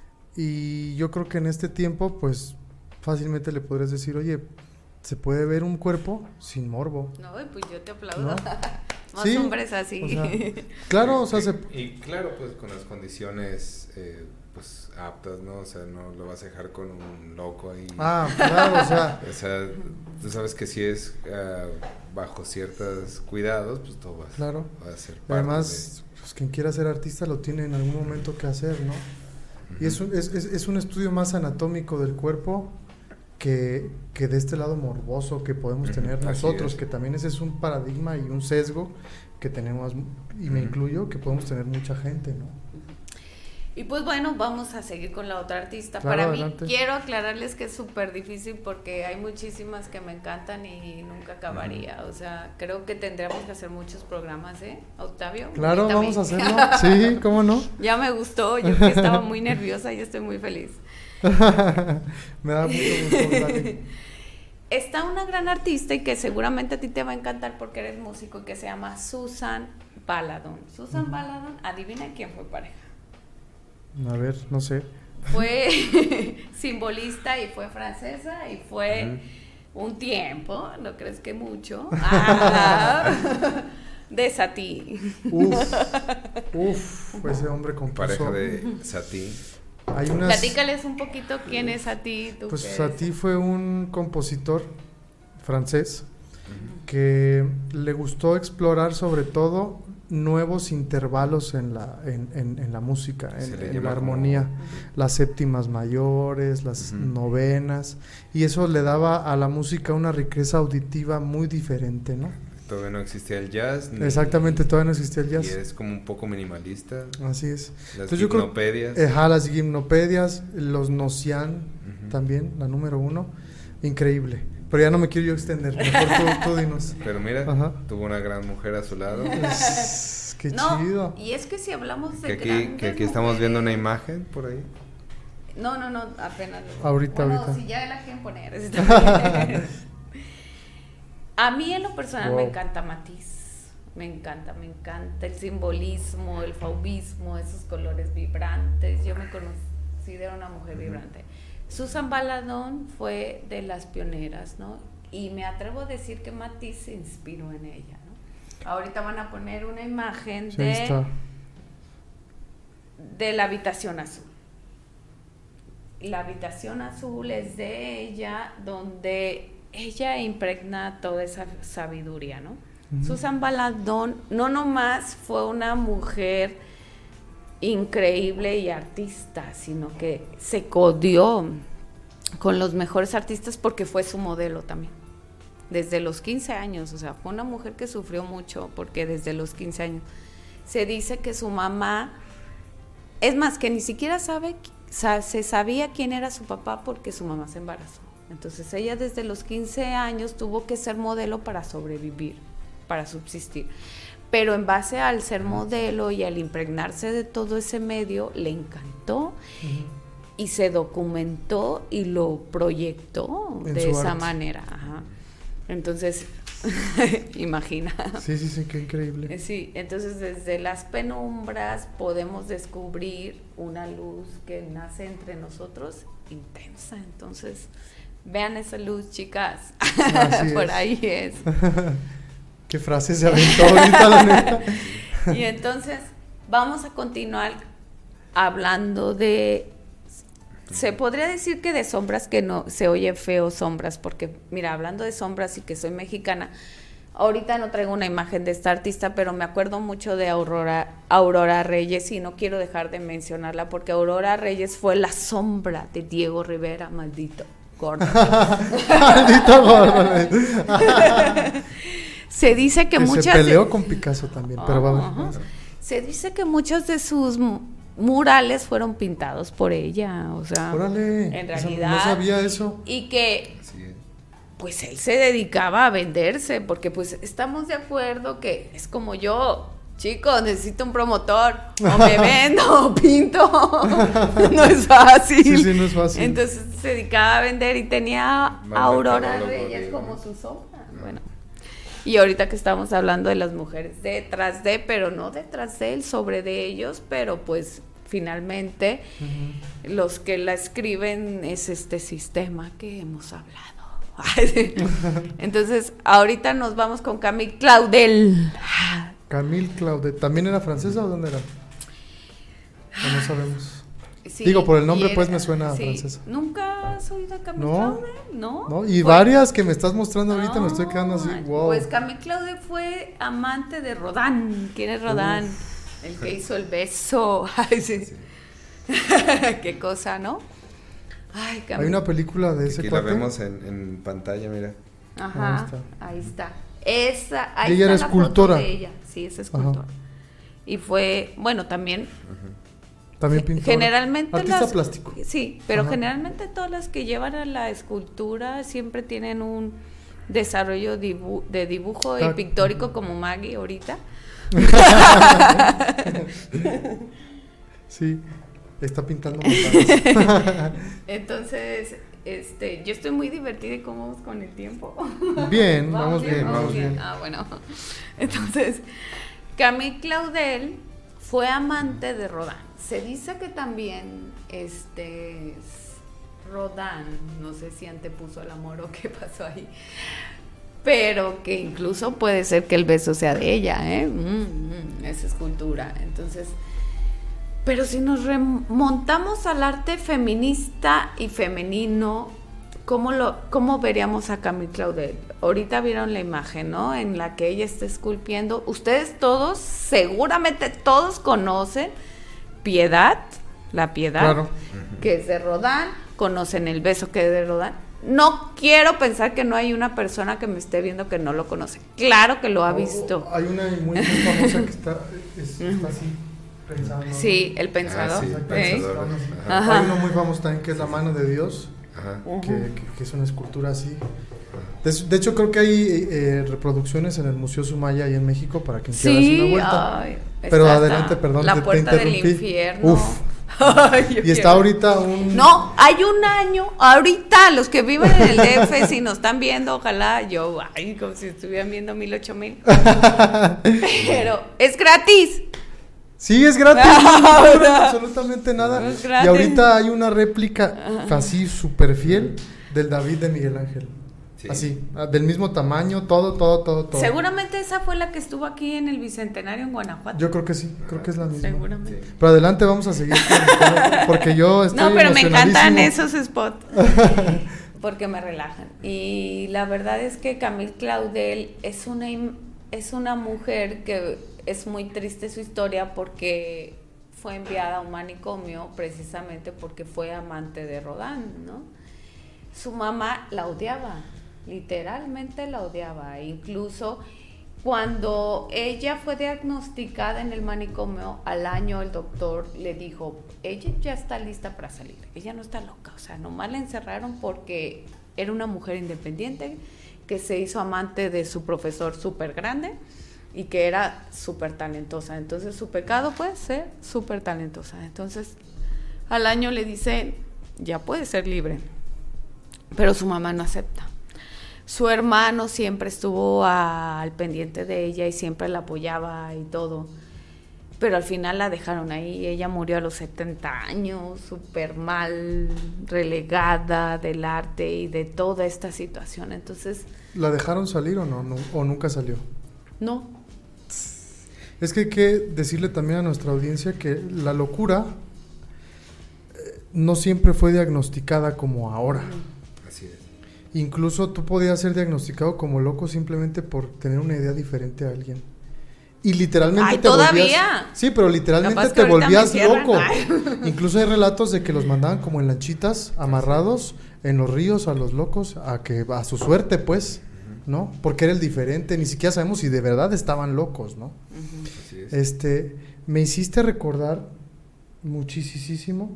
y yo creo que en este tiempo, pues, fácilmente le podrías decir, oye, se puede ver un cuerpo sin morbo. No, pues yo te aplaudo. ¿No? Más sí, hombres así. O sea, claro, o sea, y, se... y claro, pues con las condiciones eh, pues aptas, ¿no? O sea, no lo vas a dejar con un loco ahí. Ah, claro, o sea... o sea, tú sabes que si es uh, bajo ciertos cuidados, pues todo va, claro. va a ser parte. Además, de... pues quien quiera ser artista lo tiene en algún momento que hacer, ¿no? Uh-huh. Y es un, es, es, es un estudio más anatómico del cuerpo que, que de este lado morboso que podemos uh-huh. tener nosotros, que también ese es un paradigma y un sesgo que tenemos, y me uh-huh. incluyo, que podemos tener mucha gente, ¿no? Y pues bueno, vamos a seguir con la otra artista. Claro, Para adelante. mí, quiero aclararles que es súper difícil porque hay muchísimas que me encantan y nunca acabaría. O sea, creo que tendríamos que hacer muchos programas, ¿eh, Octavio? Claro, vamos a hacerlo. Sí, ¿cómo no? Ya me gustó, yo que estaba muy nerviosa y estoy muy feliz. Me da mucho gusto, dale. Está una gran artista y que seguramente a ti te va a encantar porque eres músico y que se llama Susan Baladón. Susan uh-huh. Baladón, adivina quién fue pareja. A ver, no sé. Fue simbolista y fue francesa y fue uh-huh. un tiempo, ¿no crees que mucho? Ah, de Satie. Uf, uf, ese hombre compuso. Pareja de Satie. Hay unas... Platícales un poquito quién es Satie. ¿Tú pues Satie fue un compositor francés uh-huh. que le gustó explorar sobre todo nuevos intervalos en la en, en, en la música, en, en la armonía, como... las séptimas mayores, las uh-huh. novenas, y eso le daba a la música una riqueza auditiva muy diferente, ¿no? Todavía no existía el jazz. Ni, Exactamente, todavía no existía el jazz. Y es como un poco minimalista. Así es. Las Entonces, gimnopedias. Yo creo, ajá, las gimnopedias, los Nocian uh-huh. también, la número uno, increíble. Pero ya no me quiero yo extender, mejor tú, tú dinos. Pero mira, Ajá. tuvo una gran mujer a su lado. Es, qué no, chido. Y es que si hablamos de que aquí, que aquí estamos viendo una imagen por ahí. No, no, no, apenas. Ahorita, bueno, ahorita. si ya la quieren poner. A mí en lo personal wow. me encanta Matisse. Me encanta, me encanta el simbolismo, el faubismo, esos colores vibrantes. Yo me considero una mujer vibrante. Susan Baladón fue de las pioneras, ¿no? Y me atrevo a decir que Matisse se inspiró en ella, ¿no? Ahorita van a poner una imagen sí, de, de la habitación azul. La habitación azul es de ella, donde ella impregna toda esa sabiduría, ¿no? Uh-huh. Susan Baladón no nomás fue una mujer increíble y artista, sino que se codió con los mejores artistas porque fue su modelo también. Desde los quince años, o sea, fue una mujer que sufrió mucho porque desde los quince años se dice que su mamá, es más, que ni siquiera sabe, se sabía quién era su papá porque su mamá se embarazó. Entonces ella desde los quince años tuvo que ser modelo para sobrevivir, para subsistir. Pero en base al ser modelo y al impregnarse de todo ese medio, le encantó uh-huh. y se documentó y lo proyectó en de esa arte. manera. Ajá. Entonces, imagina. Sí, sí, sí, qué increíble. Sí, entonces desde las penumbras podemos descubrir una luz que nace entre nosotros intensa. Entonces, vean esa luz, chicas. Por es. ahí es. Qué frase se aventó ahorita, la neta. Y entonces vamos a continuar hablando de, se podría decir que de sombras, que no se oye feo sombras, porque mira, hablando de sombras y que soy mexicana, ahorita no traigo una imagen de esta artista, pero me acuerdo mucho de Aurora, Aurora Reyes, y no quiero dejar de mencionarla porque Aurora Reyes fue la sombra de Diego Rivera, maldito gordo. Maldito gordo. Se dice que, que muchas... Se peleó de... con Picasso también, uh, pero vamos. Uh-huh. Se dice que muchos de sus murales fueron pintados por ella, o sea, órale, en realidad. No sabía eso. Y que, pues, él se dedicaba a venderse, porque, pues, estamos de acuerdo que es como yo, chicos, necesito un promotor, o me vendo, o pinto, no es fácil. Sí, sí, no es fácil. Entonces se dedicaba a vender y tenía a Aurora mercadólogo, Reyes digo. como su sombra. Bueno, y ahorita que estamos hablando de las mujeres detrás de, pero no detrás de él, sobre de ellos, pero pues finalmente uh-huh. los que la escriben es este sistema que hemos hablado. Entonces, ahorita nos vamos con Camille Claudel. Camille Claudel, ¿también era francesa o dónde era? O no sabemos. Sí, Digo, por el nombre era, pues me suena sí. francesa. ¿Nunca has oído a Camille No, Claudel? No. no y fue, varias que me estás mostrando ahorita no, me estoy quedando así, wow. Pues Camille Claudel fue amante de Rodin. ¿Quién es Rodin? Uf. El que hizo el beso. Ay, sí. Sí. Qué cosa, ¿no? Ay, hay una película de ese Aquí cuate. la vemos en, en pantalla, mira. Ajá, ahí está. Ahí está. Esa, ahí y ella está era la escultora. foto de ella. Sí, es escultora. Ajá. Y fue, bueno, también. Ajá. También pintora. Generalmente artista las, plástico. Sí, pero Ajá. generalmente todas las que llevan a la escultura siempre tienen un desarrollo dibu de dibujo y pictórico como Maggie ahorita. Sí. Está pintando Entonces, este, yo estoy muy divertida y cómo vamos con el tiempo. Bien, vamos, vamos bien, bien, vamos bien. bien. Ah, bueno. Entonces, Camille Claudel fue amante de Rodin. Se dice que también, este, Rodin, no sé si antepuso el amor o qué pasó ahí, pero que incluso puede ser que el beso sea de ella, ¿eh? Mm, mm, es escultura. Entonces, pero si nos remontamos al arte feminista y femenino, ¿cómo, lo, cómo veríamos a Camille Claudel? Ahorita vieron la imagen, ¿no? En la que ella está esculpiendo. Ustedes todos, seguramente todos conocen Piedad, la Piedad, claro. que es de Rodin, conocen el beso que es de Rodin. No quiero pensar que no hay una persona que me esté viendo que no lo conoce. Claro que lo ha visto. Oh, hay una muy, muy famosa que está, es, está así. Pensando. Sí, el pensador. Ah, sí, pensador. Ajá. Hay uno muy famoso también que es la mano de Dios, Ajá. Que, que, que es una escultura así. De, de hecho, creo que hay eh, reproducciones en el Museo Sumaya ahí en México para quien quiera sí, hacer una vuelta. Ay, pero adelante, perdón, la te, puerta te del interrumpí. infierno. Uf. Ay, y quiero. Está ahorita un... No, hay un año, ahorita los que viven en el D F, si nos están viendo, ojalá yo, ay, como si estuvieran viendo mil, ocho mil. Pero es gratis. Sí, es gratis, no, no, no, absolutamente nada. No es y ahorita hay una réplica Ajá. así súper fiel del David de Miguel Ángel. Sí. Así, del mismo tamaño, todo, todo, todo, todo. Seguramente esa fue la que estuvo aquí en el Bicentenario en Guanajuato. Yo creo que sí, creo que es la misma. Seguramente. Sí. Pero adelante vamos a seguir con, porque yo estoy No, pero me encantan esos spots. Porque me relajan. Y la verdad es que Camille Claudel es una es una mujer que es muy triste su historia porque fue enviada a un manicomio precisamente porque fue amante de Rodin, ¿no? Su mamá la odiaba, literalmente la odiaba, incluso cuando ella fue diagnosticada en el manicomio, al año el doctor le dijo, ella ya está lista para salir, ella no está loca, o sea, nomás la encerraron porque era una mujer independiente que se hizo amante de su profesor súper grande y que era súper talentosa, entonces su pecado fue ser súper talentosa, entonces al año le dicen, ya puede ser libre, pero su mamá no acepta. Su hermano siempre estuvo a, al pendiente de ella y siempre la apoyaba y todo, pero al final la dejaron ahí, ella murió a los setenta años, súper mal, relegada del arte y de toda esta situación, entonces... ¿La dejaron salir o no? no ¿O nunca salió? No. Es que hay que decirle también a nuestra audiencia que la locura eh, no siempre fue diagnosticada como ahora. Así es. Incluso tú podías ser diagnosticado como loco simplemente por tener una idea diferente a alguien. Y literalmente Ay, te ¿todavía? volvías... Sí, pero literalmente te volvías loco. Incluso hay relatos de que los mandaban como en lanchitas, amarrados en los ríos a los locos, a que a su suerte, pues, ¿no? Porque era el diferente, ni siquiera sabemos si de verdad estaban locos, ¿no? Uh-huh. Así es. Este, me hiciste recordar muchísimo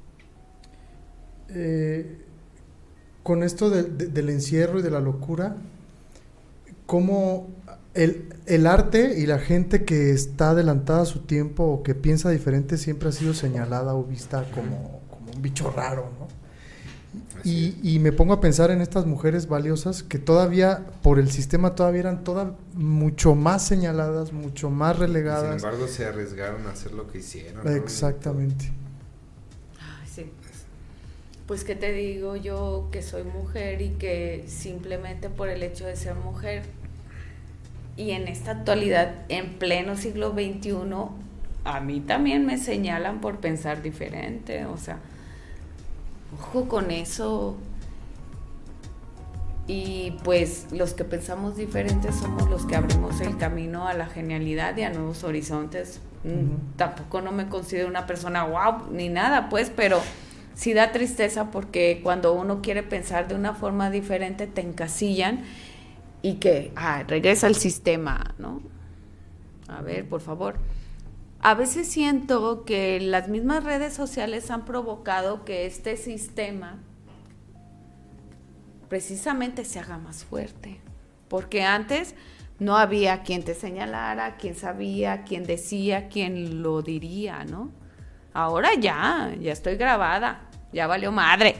eh, con esto de, de, del encierro y de la locura, cómo el, el arte y la gente que está adelantada a su tiempo o que piensa diferente siempre ha sido señalada o vista como, como un bicho raro, ¿no? Y, y me pongo a pensar en estas mujeres valiosas que todavía, por el sistema, todavía eran todas mucho más señaladas, mucho más relegadas. Sin embargo, se arriesgaron a hacer lo que hicieron, ¿no? Exactamente. Ay, sí. Pues, ¿qué te digo yo que soy mujer y que simplemente por el hecho de ser mujer y en esta actualidad, en pleno siglo veintiuno, a mí también me señalan por pensar diferente, o sea, ojo con eso. Y pues los que pensamos diferentes somos los que abrimos el camino a la genialidad y a nuevos horizontes. Uh-huh. Tampoco no me considero una persona wow ni nada, pues, pero sí da tristeza porque cuando uno quiere pensar de una forma diferente te encasillan y que, ah, regresa al sistema, ¿no? A ver, por favor. A veces siento que las mismas redes sociales han provocado que este sistema precisamente se haga más fuerte, porque antes no había quien te señalara, quien sabía, quien decía, quien lo diría, ¿no? Ahora ya, ya estoy grabada, ya valió madre.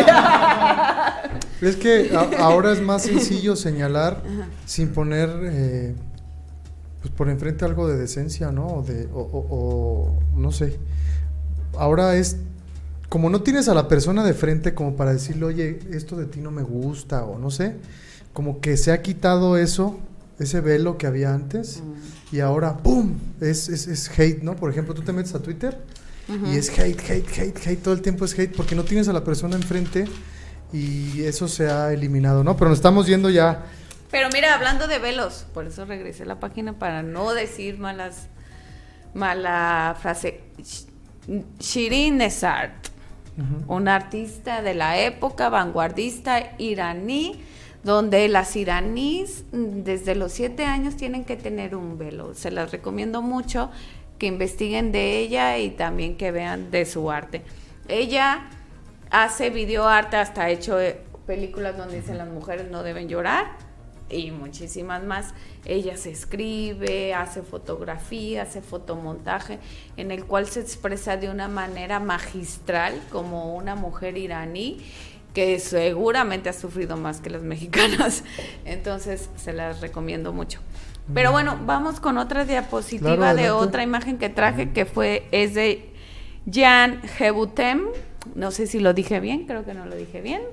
Es que a, ahora es más sencillo señalar sin poner... Eh, pues por enfrente algo de decencia, ¿no? O, de, o, o, o no sé. Ahora es, como no tienes a la persona de frente como para decirle, oye, esto de ti no me gusta, o no sé, como que se ha quitado eso, ese velo que había antes, mm. y ahora, ¡pum!, es, es, es hate, ¿no? Por ejemplo, tú te metes a Twitter, uh-huh. y es hate, hate, hate, hate, todo el tiempo es hate, porque no tienes a la persona enfrente, y eso se ha eliminado, ¿no? Pero nos estamos yendo ya... Pero mira, hablando de velos, por eso regresé a la página para no decir malas, mala frase. Shirin Nesart, uh-huh. una artista de la época, vanguardista iraní, donde las iraníes desde los siete años tienen que tener un velo. Se las recomiendo mucho que investiguen de ella y también que vean de su arte. Ella hace videoarte, hasta ha hecho películas donde dicen las mujeres no deben llorar. Y muchísimas más. Ella se escribe, hace fotografía, hace fotomontaje, en el cual se expresa de una manera magistral como una mujer iraní que seguramente ha sufrido más que las mexicanas. Entonces se las recomiendo mucho. Pero bueno, vamos con otra diapositiva, claro, de otra imagen que traje, que fue es de Jean Hébutemme. No sé si lo dije bien, creo que no lo dije bien.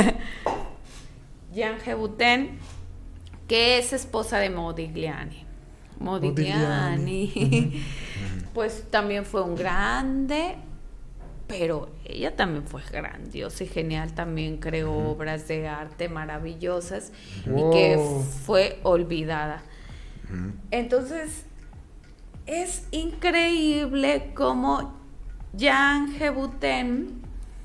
Jean Hébutemme, que es esposa de Modigliani. Modigliani, Modigliani. Uh-huh. Pues también fue un grande, pero ella también fue grandiosa y genial, también creó uh-huh. obras de arte maravillosas, wow. y que fue olvidada. Uh-huh. Entonces, es increíble cómo Jean Hébutemme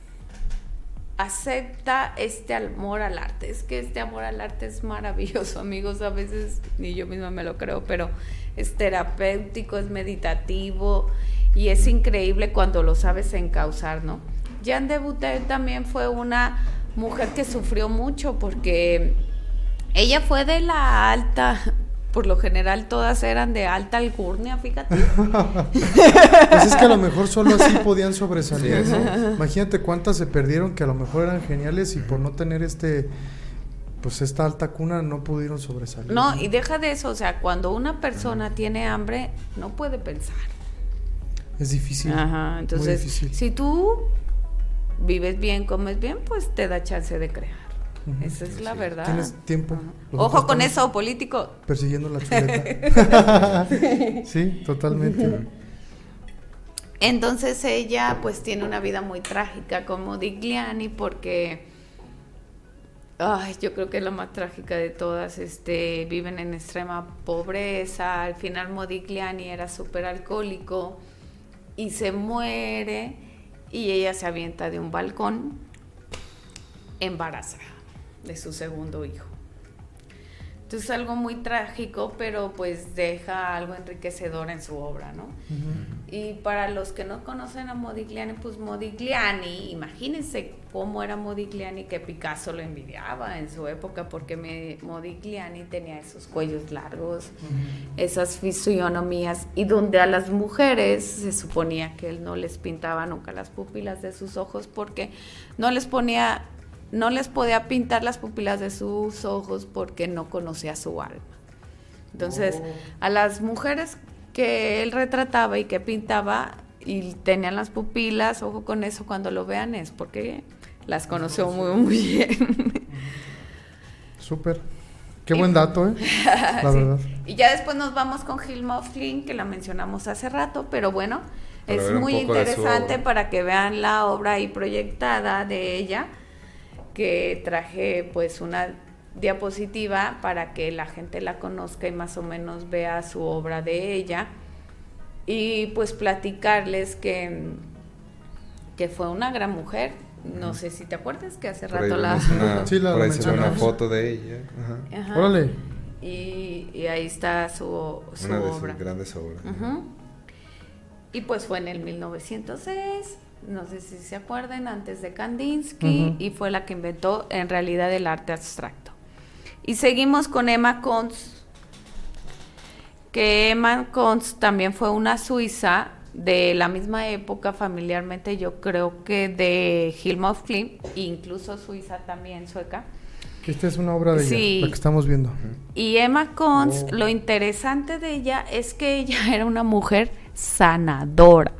acepta este amor al arte. Es que este amor al arte es maravilloso, amigos. A veces ni yo misma me lo creo, pero es terapéutico, es meditativo y es increíble cuando lo sabes encauzar, ¿no? Jean Hébutemme también fue una mujer que sufrió mucho porque ella fue de la alta... Por lo general todas eran de alta alcurnia, fíjate. Pues es que a lo mejor solo así podían sobresalir, ¿no? Imagínate cuántas se perdieron que a lo mejor eran geniales y por no tener este, pues esta alta cuna no pudieron sobresalir. No, ¿no? Y deja de eso, o sea, cuando una persona Ajá. tiene hambre, no puede pensar. Es difícil. Ajá, entonces, muy difícil. Si tú vives bien, comes bien, pues te da chance de crear. Uh-huh. Esa es sí, la verdad. ¿Tienes tiempo? Uh-huh. Ojo con eso, político. Persiguiendo la chuleta. Sí, totalmente. Entonces ella pues tiene una vida muy trágica con Modigliani porque ay, yo creo que es la más trágica de todas. Este, viven en extrema pobreza. Al final Modigliani era súper alcohólico y se muere y ella se avienta de un balcón embarazada de su segundo hijo. Entonces algo muy trágico, pero pues deja algo enriquecedor en su obra, ¿no? Uh-huh. Y para los que no conocen a Modigliani, pues Modigliani, imagínense cómo era Modigliani, que Picasso lo envidiaba en su época, porque me, Modigliani tenía esos cuellos largos, uh-huh. esas fisionomías, y donde a las mujeres se suponía que él no les pintaba nunca las pupilas de sus ojos, porque no les ponía... no les podía pintar las pupilas de sus ojos porque no conocía su alma. Entonces, oh. a las mujeres que él retrataba y que pintaba y tenían las pupilas, ojo con eso, cuando lo vean es porque las conoció muy, muy bien. Súper. Qué y, buen dato, ¿eh? La sí. verdad. Y ya después nos vamos con Hilma af Klint, que la mencionamos hace rato, pero bueno, para es muy interesante para que vean la obra ahí proyectada de ella, que traje pues una diapositiva para que la gente la conozca y más o menos vea su obra de ella, y pues platicarles que, que fue una gran mujer. No sé si te acuerdas que hace rato la... Una, sí, la por ahí se ve una foto de ella. Ajá. Ajá. Órale. Y, y ahí está su, su una de obra. sus grandes obras. Uh-huh. Y pues fue en el mil novecientos seis, no sé si se acuerdan, antes de Kandinsky, uh-huh. y fue la que inventó en realidad el arte abstracto. Y seguimos con Emma Kunz, que Emma Kunz también fue una suiza de la misma época, familiarmente yo creo que de Hilma af Klint, incluso suiza también, sueca. Esta es una obra de sí. ella, la que estamos viendo. Y Emma Kunz, oh. lo interesante de ella es que ella era una mujer sanadora.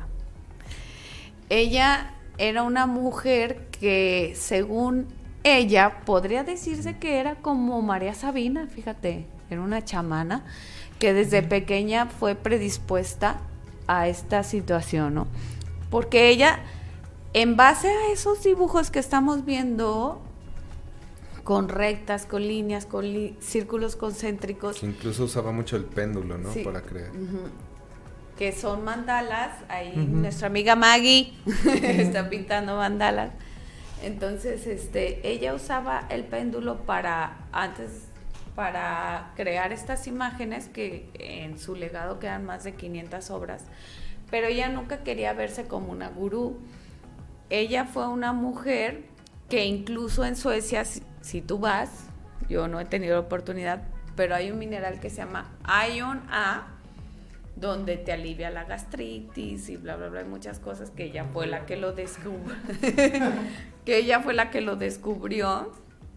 Ella era una mujer que, según ella, podría decirse que era como María Sabina, fíjate, era una chamana que desde pequeña fue predispuesta a esta situación, ¿no? Porque ella, en base a esos dibujos que estamos viendo, con rectas, con líneas, con li- círculos concéntricos. Que incluso usaba mucho el péndulo, ¿no? Sí. Para crear. Uh-huh. Que son mandalas, ahí uh-huh. nuestra amiga Maggie está pintando mandalas. Entonces, este, ella usaba el péndulo para, antes, para crear estas imágenes que en su legado quedan más de quinientas obras, pero ella nunca quería verse como una gurú. Ella fue una mujer que incluso en Suecia, si, si tú vas, yo no he tenido la oportunidad, pero hay un mineral que se llama Ion A, donde te alivia la gastritis y bla, bla, bla, muchas cosas, que ella fue la que lo descubrió, que ella fue la que lo descubrió,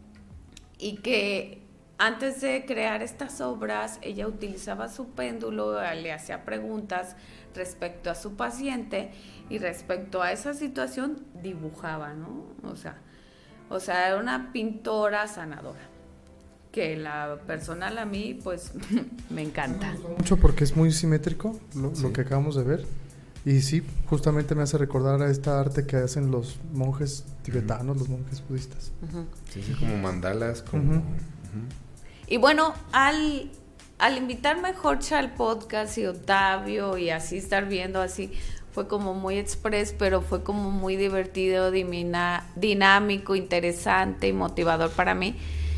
y que antes de crear estas obras, ella utilizaba su péndulo, le hacía preguntas respecto a su paciente, y respecto a esa situación dibujaba, ¿no? O sea, o sea, era una pintora sanadora, que la personal a mí pues me encanta. Me gusta mucho porque es muy simétrico lo, sí. lo que acabamos de ver, y sí, justamente me hace recordar a esta arte que hacen los monjes tibetanos, uh-huh. los monjes budistas. Uh-huh. Sí, sí, como mandalas, como... Uh-huh. Uh-huh. Y bueno, al, al invitarme a Jorge al podcast y Octavio y así estar viendo así, fue como muy express, pero fue como muy divertido, dimina, dinámico, interesante y motivador para mí.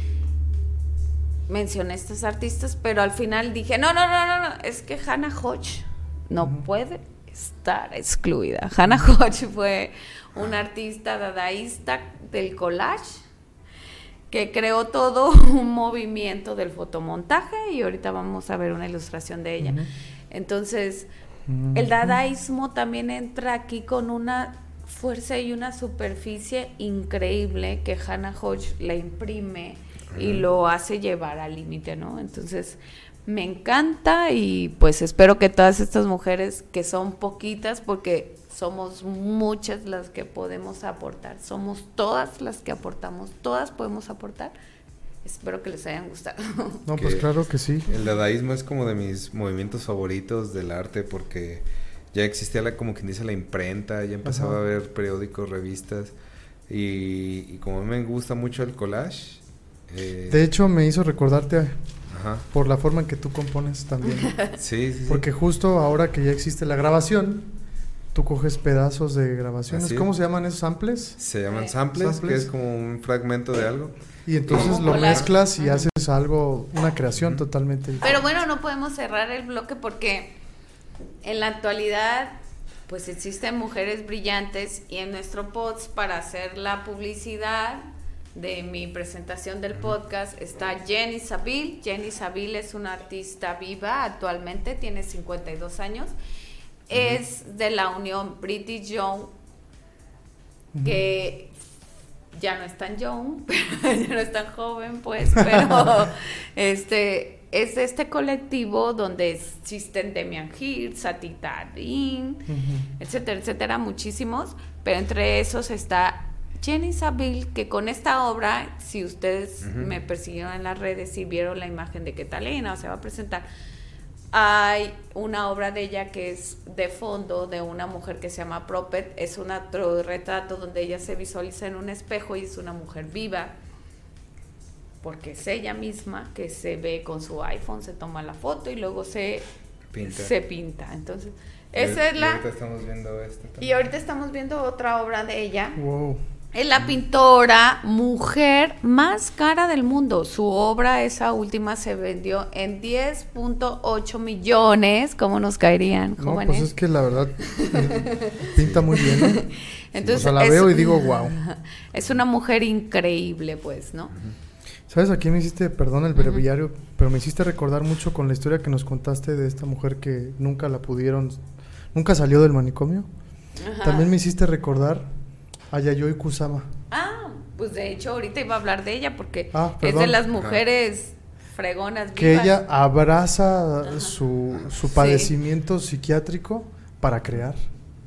Mencioné a estos artistas, pero al final dije, no, no, no, no, no, es que Hannah Hodge no uh-huh. puede estar excluida. Hannah Hodge fue una artista dadaísta del collage que creó todo un movimiento del fotomontaje, y ahorita vamos a ver una ilustración de ella. Uh-huh. Entonces, uh-huh. el dadaísmo también entra aquí con una fuerza y una superficie increíble que Hannah Hodge le imprime y lo hace llevar al límite, ¿no? Entonces, me encanta, y pues espero que todas estas mujeres, que son poquitas, porque somos muchas las que podemos aportar, somos todas las que aportamos, todas podemos aportar. Espero que les hayan gustado. No, pues claro que sí. El dadaísmo es como de mis movimientos favoritos del arte, porque ya existía la, como quien dice, la imprenta, ya empezaba Ajá. a ver periódicos, revistas, y, y como a mí me gusta mucho el collage. Eh, de hecho, me hizo recordarte Ajá. por la forma en que tú compones también. Sí, sí, sí. Porque justo ahora que ya existe la grabación, tú coges pedazos de grabaciones. ¿Cómo se llaman esos samples? Se llaman samples, samples, que es como un fragmento de algo. Y entonces lo mezclas y haces algo, una creación totalmente diferente. Pero bueno, no podemos cerrar el bloque porque en la actualidad pues existen mujeres brillantes y en nuestro podcast, para hacer la publicidad de mi presentación del podcast, está Jenny Saville. Jenny Saville es una artista viva actualmente, tiene cincuenta y dos años, uh-huh. es de la unión British Young, uh-huh. que ya no es tan young, ya no es tan joven, pues, pero este es este colectivo donde existen Demian Hill, Sati Taryn, uh-huh. etcétera, etcétera, muchísimos, pero entre esos está Jenny Saville, que con esta obra, si ustedes uh-huh. me persiguieron en las redes y vieron la imagen de que Talina se va a presentar, hay una obra de ella que es de fondo de una mujer que se llama Prophet, es un retrato donde ella se visualiza en un espejo y es una mujer viva, porque es ella misma que se ve con su iPhone, se toma la foto y luego se pinta. Se pinta. Entonces, y esa es la... Y ahorita estamos viendo esta también. Y ahorita estamos viendo otra obra de ella. Wow. Es la pintora mujer más cara del mundo. Su obra, esa última, se vendió en diez punto ocho millones. ¿Cómo nos caerían, jóvenes? No, pues es que la verdad pinta muy bien, ¿no? Entonces, o sea, la es, veo y digo, wow. Es una mujer increíble, pues, ¿no? ¿Sabes a quién me hiciste, perdón, el breviario, uh-huh. pero me hiciste recordar mucho con la historia que nos contaste de esta mujer que nunca la pudieron, nunca salió del manicomio? Uh-huh. También me hiciste recordar a Yayoi Kusama. Ah, pues de hecho ahorita iba a hablar de ella porque ah, es de las mujeres ah. fregonas vivas. Que ella abraza uh-huh. su, su padecimiento sí. psiquiátrico para crear.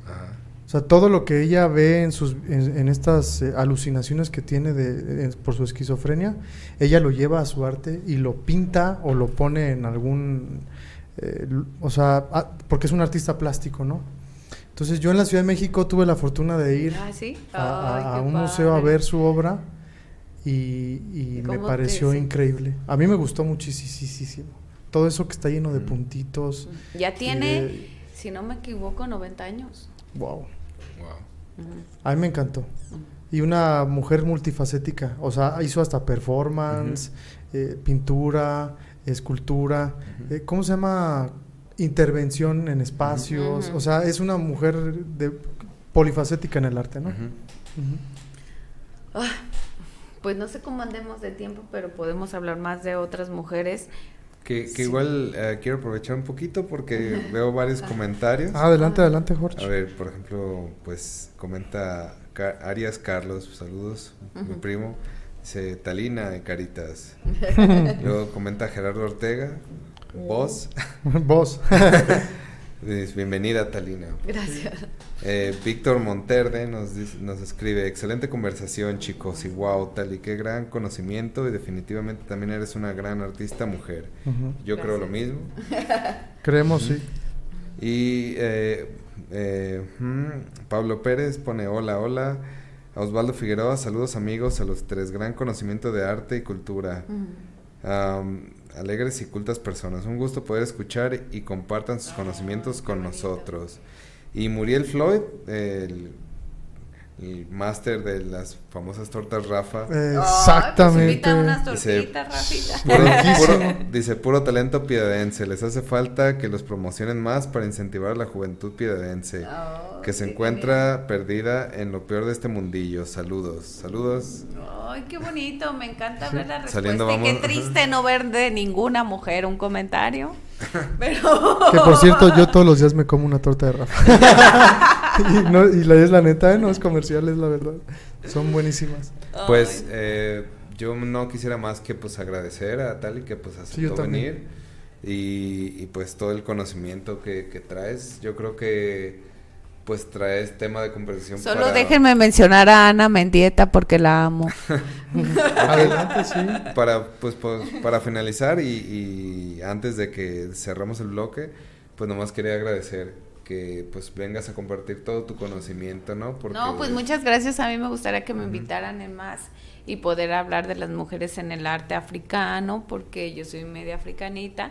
O sea, todo lo que ella ve en sus en, en estas eh, alucinaciones que tiene de, eh, por su esquizofrenia, ella lo lleva a su arte y lo pinta o lo pone en algún... Eh, o sea, ah, porque es un artista plástico, ¿no? Entonces yo en la Ciudad de México tuve la fortuna de ir ¿Ah, sí? a, Ay, a, a un padre. museo a ver su obra y, y me pareció te, increíble. A mí me gustó muchísimo. Todo eso que está lleno de puntitos. Ya tiene, de, si no me equivoco, noventa años. Wow. Wow. Uh-huh. A mí me encantó. Uh-huh. Y una mujer multifacética, o sea, hizo hasta performance, uh-huh. eh, pintura, escultura, uh-huh. eh, ¿cómo se llama? Intervención en espacios, uh-huh. o sea, es una mujer de polifacética en el arte, ¿no? Uh-huh. Uh-huh. Ah, pues no sé cómo andemos de tiempo, pero podemos hablar más de otras mujeres. Que, que sí. igual uh, quiero aprovechar un poquito porque veo varios comentarios. Ah, adelante, adelante, Jorge. A ver, por ejemplo, pues comenta Car- Arias Carlos, saludos, uh-huh. mi primo. Dice Talina de Caritas. Luego comenta Gerardo Ortega, vos. Vos. Bienvenida, Talina. Gracias. Eh, Víctor Monterde nos, dice, nos escribe: excelente conversación, chicos, y wow, Tali, qué gran conocimiento, y definitivamente también eres una gran artista mujer. Uh-huh. Yo Gracias. Creo lo mismo. Creemos, sí. Y eh, eh, hmm, Pablo Pérez pone hola, hola. A Osvaldo Figueroa, saludos amigos, a los tres, gran conocimiento de arte y cultura. Uh-huh. Um, alegres y cultas personas, un gusto poder escuchar y compartan sus conocimientos con nosotros. Y Muriel Floyd, el, el máster de las famosas tortas Rafa. Exactamente. Oh, pues unas tortitas, Rafita. Puro, puro, dice, puro talento piedadense, les hace falta que los promocionen más para incentivar a la juventud piedadense, oh, que se sí, encuentra también. Perdida en lo peor de este mundillo. Saludos, saludos. Ay, qué bonito, me encanta ver la respuesta. Saliendo, y vamos... qué triste no ver de ninguna mujer un comentario. Pero... Que por cierto, yo todos los días me como una torta de Rafa. y, no, y la es la neta, ¿eh? No es comercial, es la verdad. Son buenísimas. Pues eh, yo no quisiera más que pues agradecer a Tali que pues aceptó sí, venir y, y pues todo el conocimiento que, que traes. Yo creo que pues traes tema de conversación. Solo para... déjenme mencionar a Ana Mendieta porque la amo. Adelante, sí. Para pues, pues para finalizar y, y antes de que cerramos el bloque, pues nomás quería agradecer que pues vengas a compartir todo tu conocimiento, ¿no? Porque... No, pues muchas gracias. A mí me gustaría que me invitaran en más y poder hablar de las mujeres en el arte africano, porque yo soy media africanita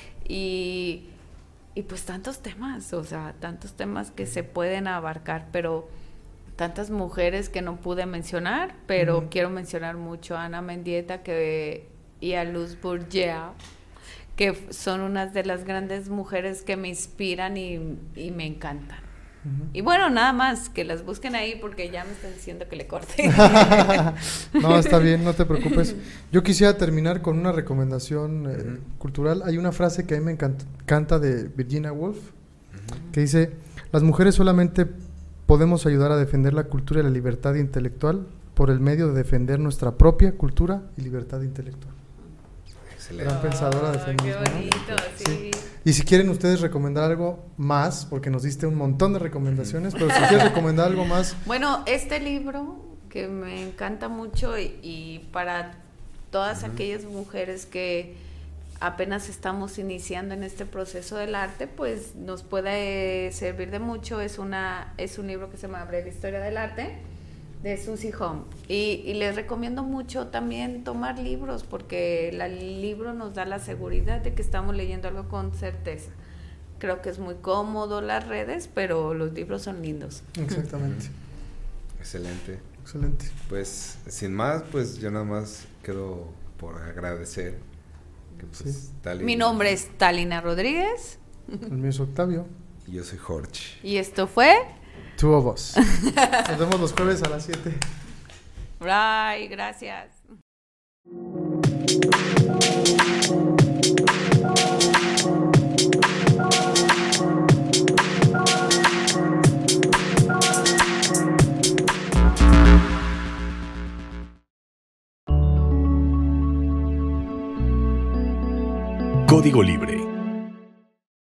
y, y pues tantos temas, o sea, tantos temas que se pueden abarcar, pero tantas mujeres que no pude mencionar, pero Uh-huh. quiero mencionar mucho a Ana Mendieta que, y a Luz Bourgeois, que son unas de las grandes mujeres que me inspiran y, y me encantan. Uh-huh. Y bueno, nada más, que las busquen ahí porque ya me están diciendo que le corte. No, está bien, no te preocupes. Yo quisiera terminar con una recomendación eh, uh-huh. cultural. Hay una frase que a mí me encanta, encanta de Virginia Woolf, uh-huh. que dice: las mujeres solamente podemos ayudar a defender la cultura y la libertad intelectual por el medio de defender nuestra propia cultura y libertad intelectual. Excelente. Gran pensadora de oh, feminismo. Qué bonito, sí. sí. Y si quieren ustedes recomendar algo más, porque nos diste un montón de recomendaciones, pero si quieren recomendar algo más. Bueno, este libro que me encanta mucho y, y para todas uh-huh. aquellas mujeres que apenas estamos iniciando en este proceso del arte, pues nos puede servir de mucho. Es una es un libro que se llama Breve Historia del Arte, de Susie Home. Y, y les recomiendo mucho también tomar libros, porque el libro nos da la seguridad de que estamos leyendo algo con certeza. Creo que es muy cómodo las redes, pero los libros son lindos. Exactamente. Excelente. Excelente. Pues, sin más, pues yo nada más quedo por agradecer. Pues, sí. Tali, mi nombre es Talina Rodríguez. El mío es Octavio. Y yo soy Jorge. Y esto fue Two of Us. Nos vemos los jueves a las siete. Bye, gracias. Código Libre.